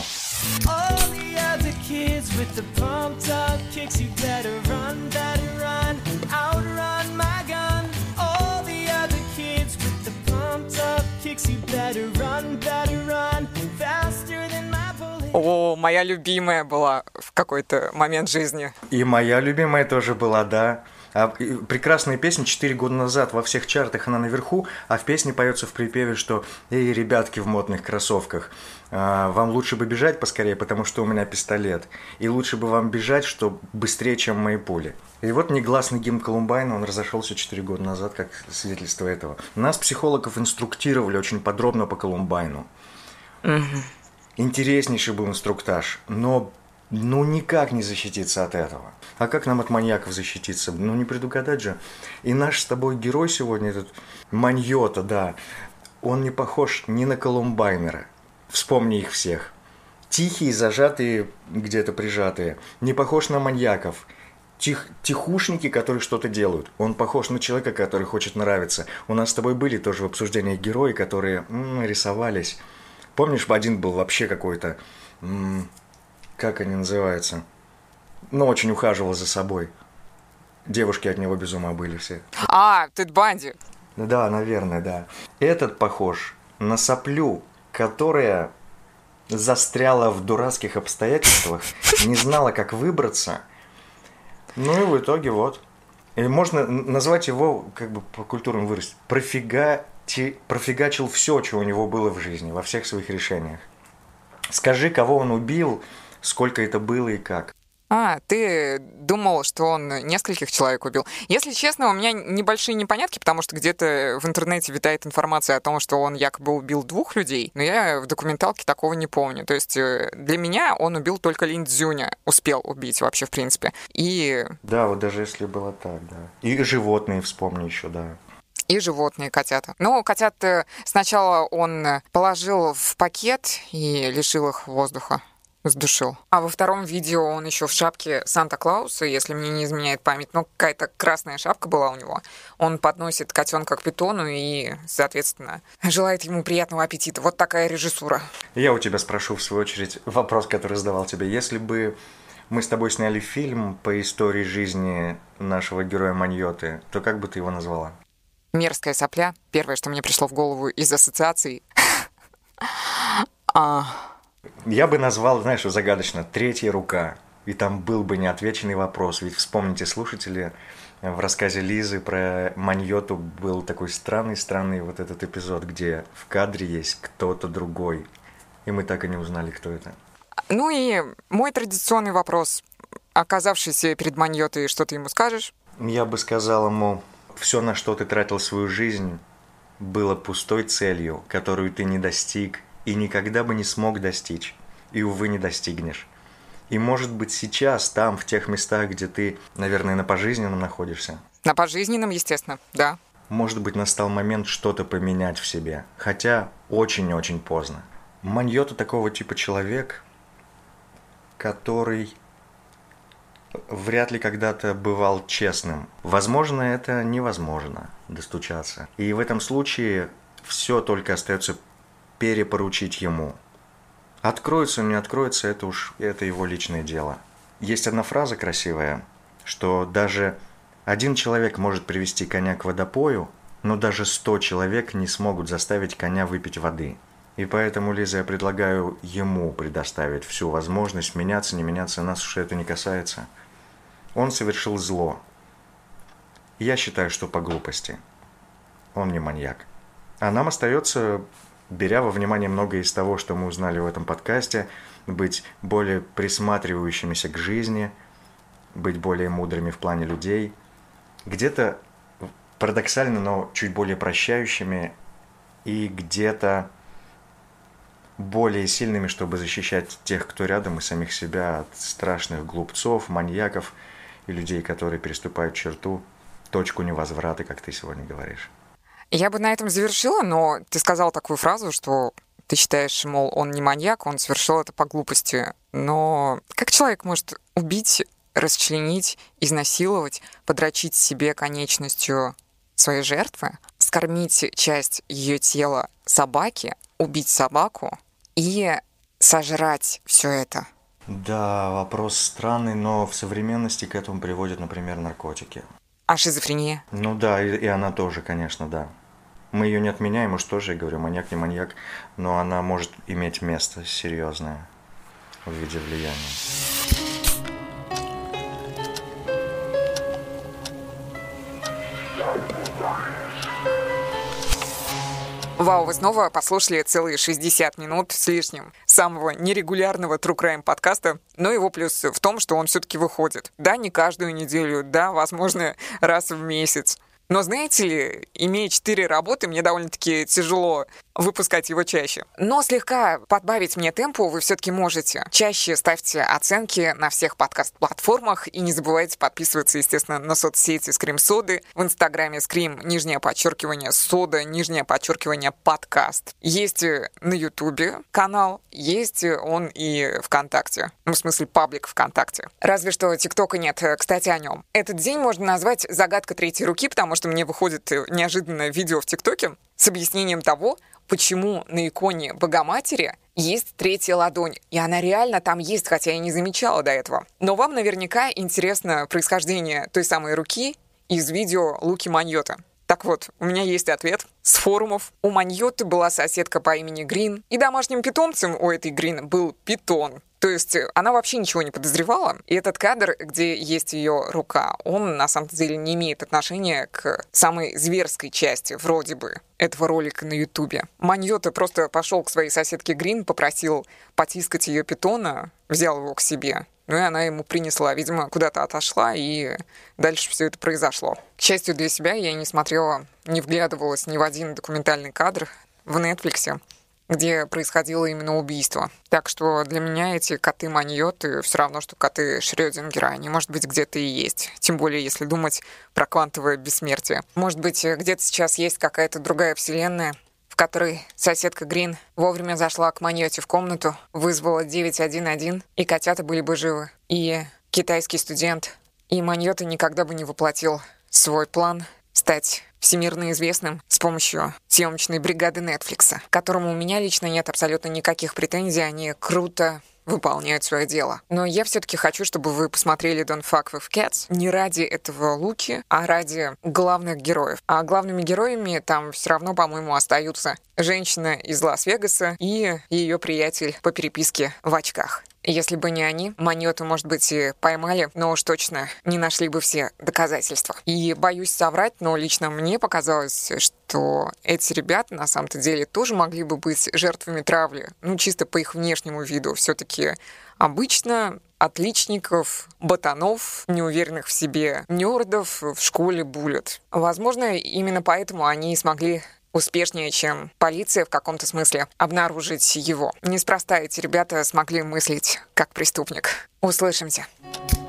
О, моя любимая была в какой-то момент жизни. И моя любимая тоже была, да. А прекрасная песня четыре года назад во всех чартах она наверху, а в песне поется в припеве, что «Эй, ребятки в модных кроссовках, вам лучше бы бежать поскорее, потому что у меня пистолет. И лучше бы вам бежать, что быстрее, чем мои пули». И вот негласный гимн Колумбайна, он разошелся четыре года назад, как свидетельство этого. Нас, психологов, инструктировали очень подробно по Колумбайну. Угу. Интереснейший был инструктаж, но ну никак не защититься от этого. А как нам от маньяков защититься? Ну не предугадать же. И наш с тобой герой сегодня, этот Маньота, да, он не похож ни на Колумбайнера. Вспомни их всех. Тихие, зажатые, где-то прижатые. Не похож на маньяков. Тих, тихушники, которые что-то делают. Он похож на человека, который хочет нравиться. У нас с тобой были тоже в обсуждениях герои, которые м, рисовались. Помнишь, один был вообще какой-то, м, как они называются, ну, очень ухаживал за собой. Девушки от него без ума были все. А, Тед Банди. Да, наверное, да. Этот похож на соплю, которая застряла в дурацких обстоятельствах, не знала, как выбраться. Ну и в итоге вот. И можно назвать его, как бы по культурному выразить, профига... профигачил все, что у него было в жизни, во всех своих решениях. Скажи, кого он убил, сколько это было и как. А, ты думал, что он нескольких человек убил. Если честно, у меня небольшие непонятки, потому что где-то в интернете витает информация о том, что он якобы убил двух людей, но я в документалке такого не помню. То есть для меня он убил только Лин Цзюня, успел убить вообще, в принципе. И... Да, вот даже если было так, да. И животные вспомни еще, да. И животные, котята. Ну, котят сначала он положил в пакет и лишил их воздуха. Сдушил. А во втором видео он еще в шапке Санта-Клауса, если мне не изменяет память, ну, какая-то красная шапка была у него. Он подносит котенка к питону и, соответственно, желает ему приятного аппетита. Вот такая режиссура. Я у тебя спрошу, в свою очередь, вопрос, который задавал тебе. Если бы мы с тобой сняли фильм по истории жизни нашего героя Маньоты, то как бы ты его назвала? Мерзкая сопля. Первое, что мне пришло в голову из ассоциаций. Я бы назвал, знаешь, загадочно, «Третья рука». И там был бы неотвеченный вопрос. Ведь вспомните, слушатели, в рассказе Лизы про Маньоту был такой странный-странный вот этот эпизод, где в кадре есть кто-то другой. И мы так и не узнали, кто это. Ну и мой традиционный вопрос. Оказавшись перед Маньотой, что ты ему скажешь? Я бы сказал ему, все, на что ты тратил свою жизнь, было пустой целью, которую ты не достиг и никогда бы не смог достичь, и, увы, не достигнешь. И, может быть, сейчас, там, в тех местах, где ты, наверное, на пожизненном находишься. На пожизненном, естественно, да. Может быть, настал момент что-то поменять в себе, хотя очень-очень поздно. Маньота такого типа человек, который вряд ли когда-то бывал честным. Возможно, это невозможно достучаться. И в этом случае все только остается перепоручить ему. Откроется он, не откроется, это уж это его личное дело. Есть одна фраза красивая, что даже один человек может привести коня к водопою, но даже сто человек не смогут заставить коня выпить воды. И поэтому, Лиза, я предлагаю ему предоставить всю возможность меняться, не меняться, нас уж это не касается. Он совершил зло. Я считаю, что по глупости. Он не маньяк. А нам остается, беря во внимание многое из того, что мы узнали в этом подкасте, быть более присматривающимися к жизни, быть более мудрыми в плане людей, где-то парадоксально, но чуть более прощающими и где-то более сильными, чтобы защищать тех, кто рядом, и самих себя от страшных глупцов, маньяков и людей, которые переступают черту, точку невозврата, как ты сегодня говоришь. Я бы на этом завершила, но ты сказал такую фразу, что ты считаешь, мол, он не маньяк, он совершил это по глупости. Но как человек может убить, расчленить, изнасиловать, подрочить себе конечностью своей жертвы, скормить часть ее тела собаке, убить собаку и сожрать все это? Да, вопрос странный, но в современности к этому приводят, например, наркотики. А шизофрения? Ну да, и, и она тоже, конечно, да. Мы ее не отменяем, уж тоже, я говорю, маньяк не маньяк, но она может иметь место серьезное в виде влияния. Вау, вы снова послушали целые шестьдесят минут с лишним самого нерегулярного True Crime подкаста, но его плюс в том, что он все-таки выходит. Да, не каждую неделю, да, возможно, раз в месяц. Но знаете ли, имея четыре работы, мне довольно-таки тяжело выпускать его чаще. Но слегка подбавить мне темпу вы все-таки можете. Чаще ставьте оценки на всех подкаст-платформах и не забывайте подписываться, естественно, на соцсети Scream Соды, в инстаграме Scream, нижнее подчеркивание, Сода, нижнее подчеркивание, подкаст. Есть на ютубе канал, есть он и ВКонтакте. Ну, в смысле, паблик ВКонтакте. Разве что ТикТока нет, кстати, о нем. Этот день можно назвать «Загадка третьей руки», потому что мне выходит неожиданное видео в ТикТоке с объяснением того, почему на иконе Богоматери есть третья ладонь. И она реально там есть, хотя я не замечала до этого. Но вам наверняка интересно происхождение той самой руки из видео Луки Маньотто. Так вот, у меня есть ответ с форумов. У Маньотто была соседка по имени Грин, и домашним питомцем у этой Грин был питон. То есть она вообще ничего не подозревала. И этот кадр, где есть ее рука, он на самом деле не имеет отношения к самой зверской части, вроде бы, этого ролика на Ютубе. Маньотто просто пошел к своей соседке Грин, попросил потискать ее питона, взял его к себе. Ну и она ему принесла. Видимо, куда-то отошла, и дальше все это произошло. К счастью для себя, я не смотрела, не вглядывалась ни в один документальный кадр в Netflix, где происходило именно убийство. Так что для меня эти коты Маньотто все равно, что коты Шрёдингера. Они, может быть, где-то и есть. Тем более, если думать про квантовое бессмертие. Может быть, где-то сейчас есть какая-то другая вселенная, в которой соседка Грин вовремя зашла к Маньотте в комнату, вызвала девять один один, и котята были бы живы. И китайский студент. И Маньотто никогда бы не воплотил свой план стать всемирно известным с помощью съемочной бригады Netflix, к которому у меня лично нет абсолютно никаких претензий, они круто выполняют свое дело. Но я все-таки хочу, чтобы вы посмотрели Don't Fuck With Cats не ради этого Луки, а ради главных героев. А главными героями там все равно, по-моему, остаются женщина из Лас-Вегаса и ее приятель по переписке в очках. Если бы не они, Маньотто, может быть, и поймали, но уж точно не нашли бы все доказательства. И боюсь соврать, но лично мне показалось, что эти ребята на самом-то деле тоже могли бы быть жертвами травли. Ну, чисто по их внешнему виду. Все-таки обычно отличников, ботанов, неуверенных в себе нердов в школе булят. Возможно, именно поэтому они и смогли успешнее, чем полиция в каком-то смысле, обнаружить его. Неспроста эти ребята смогли мыслить как преступник. Услышимся.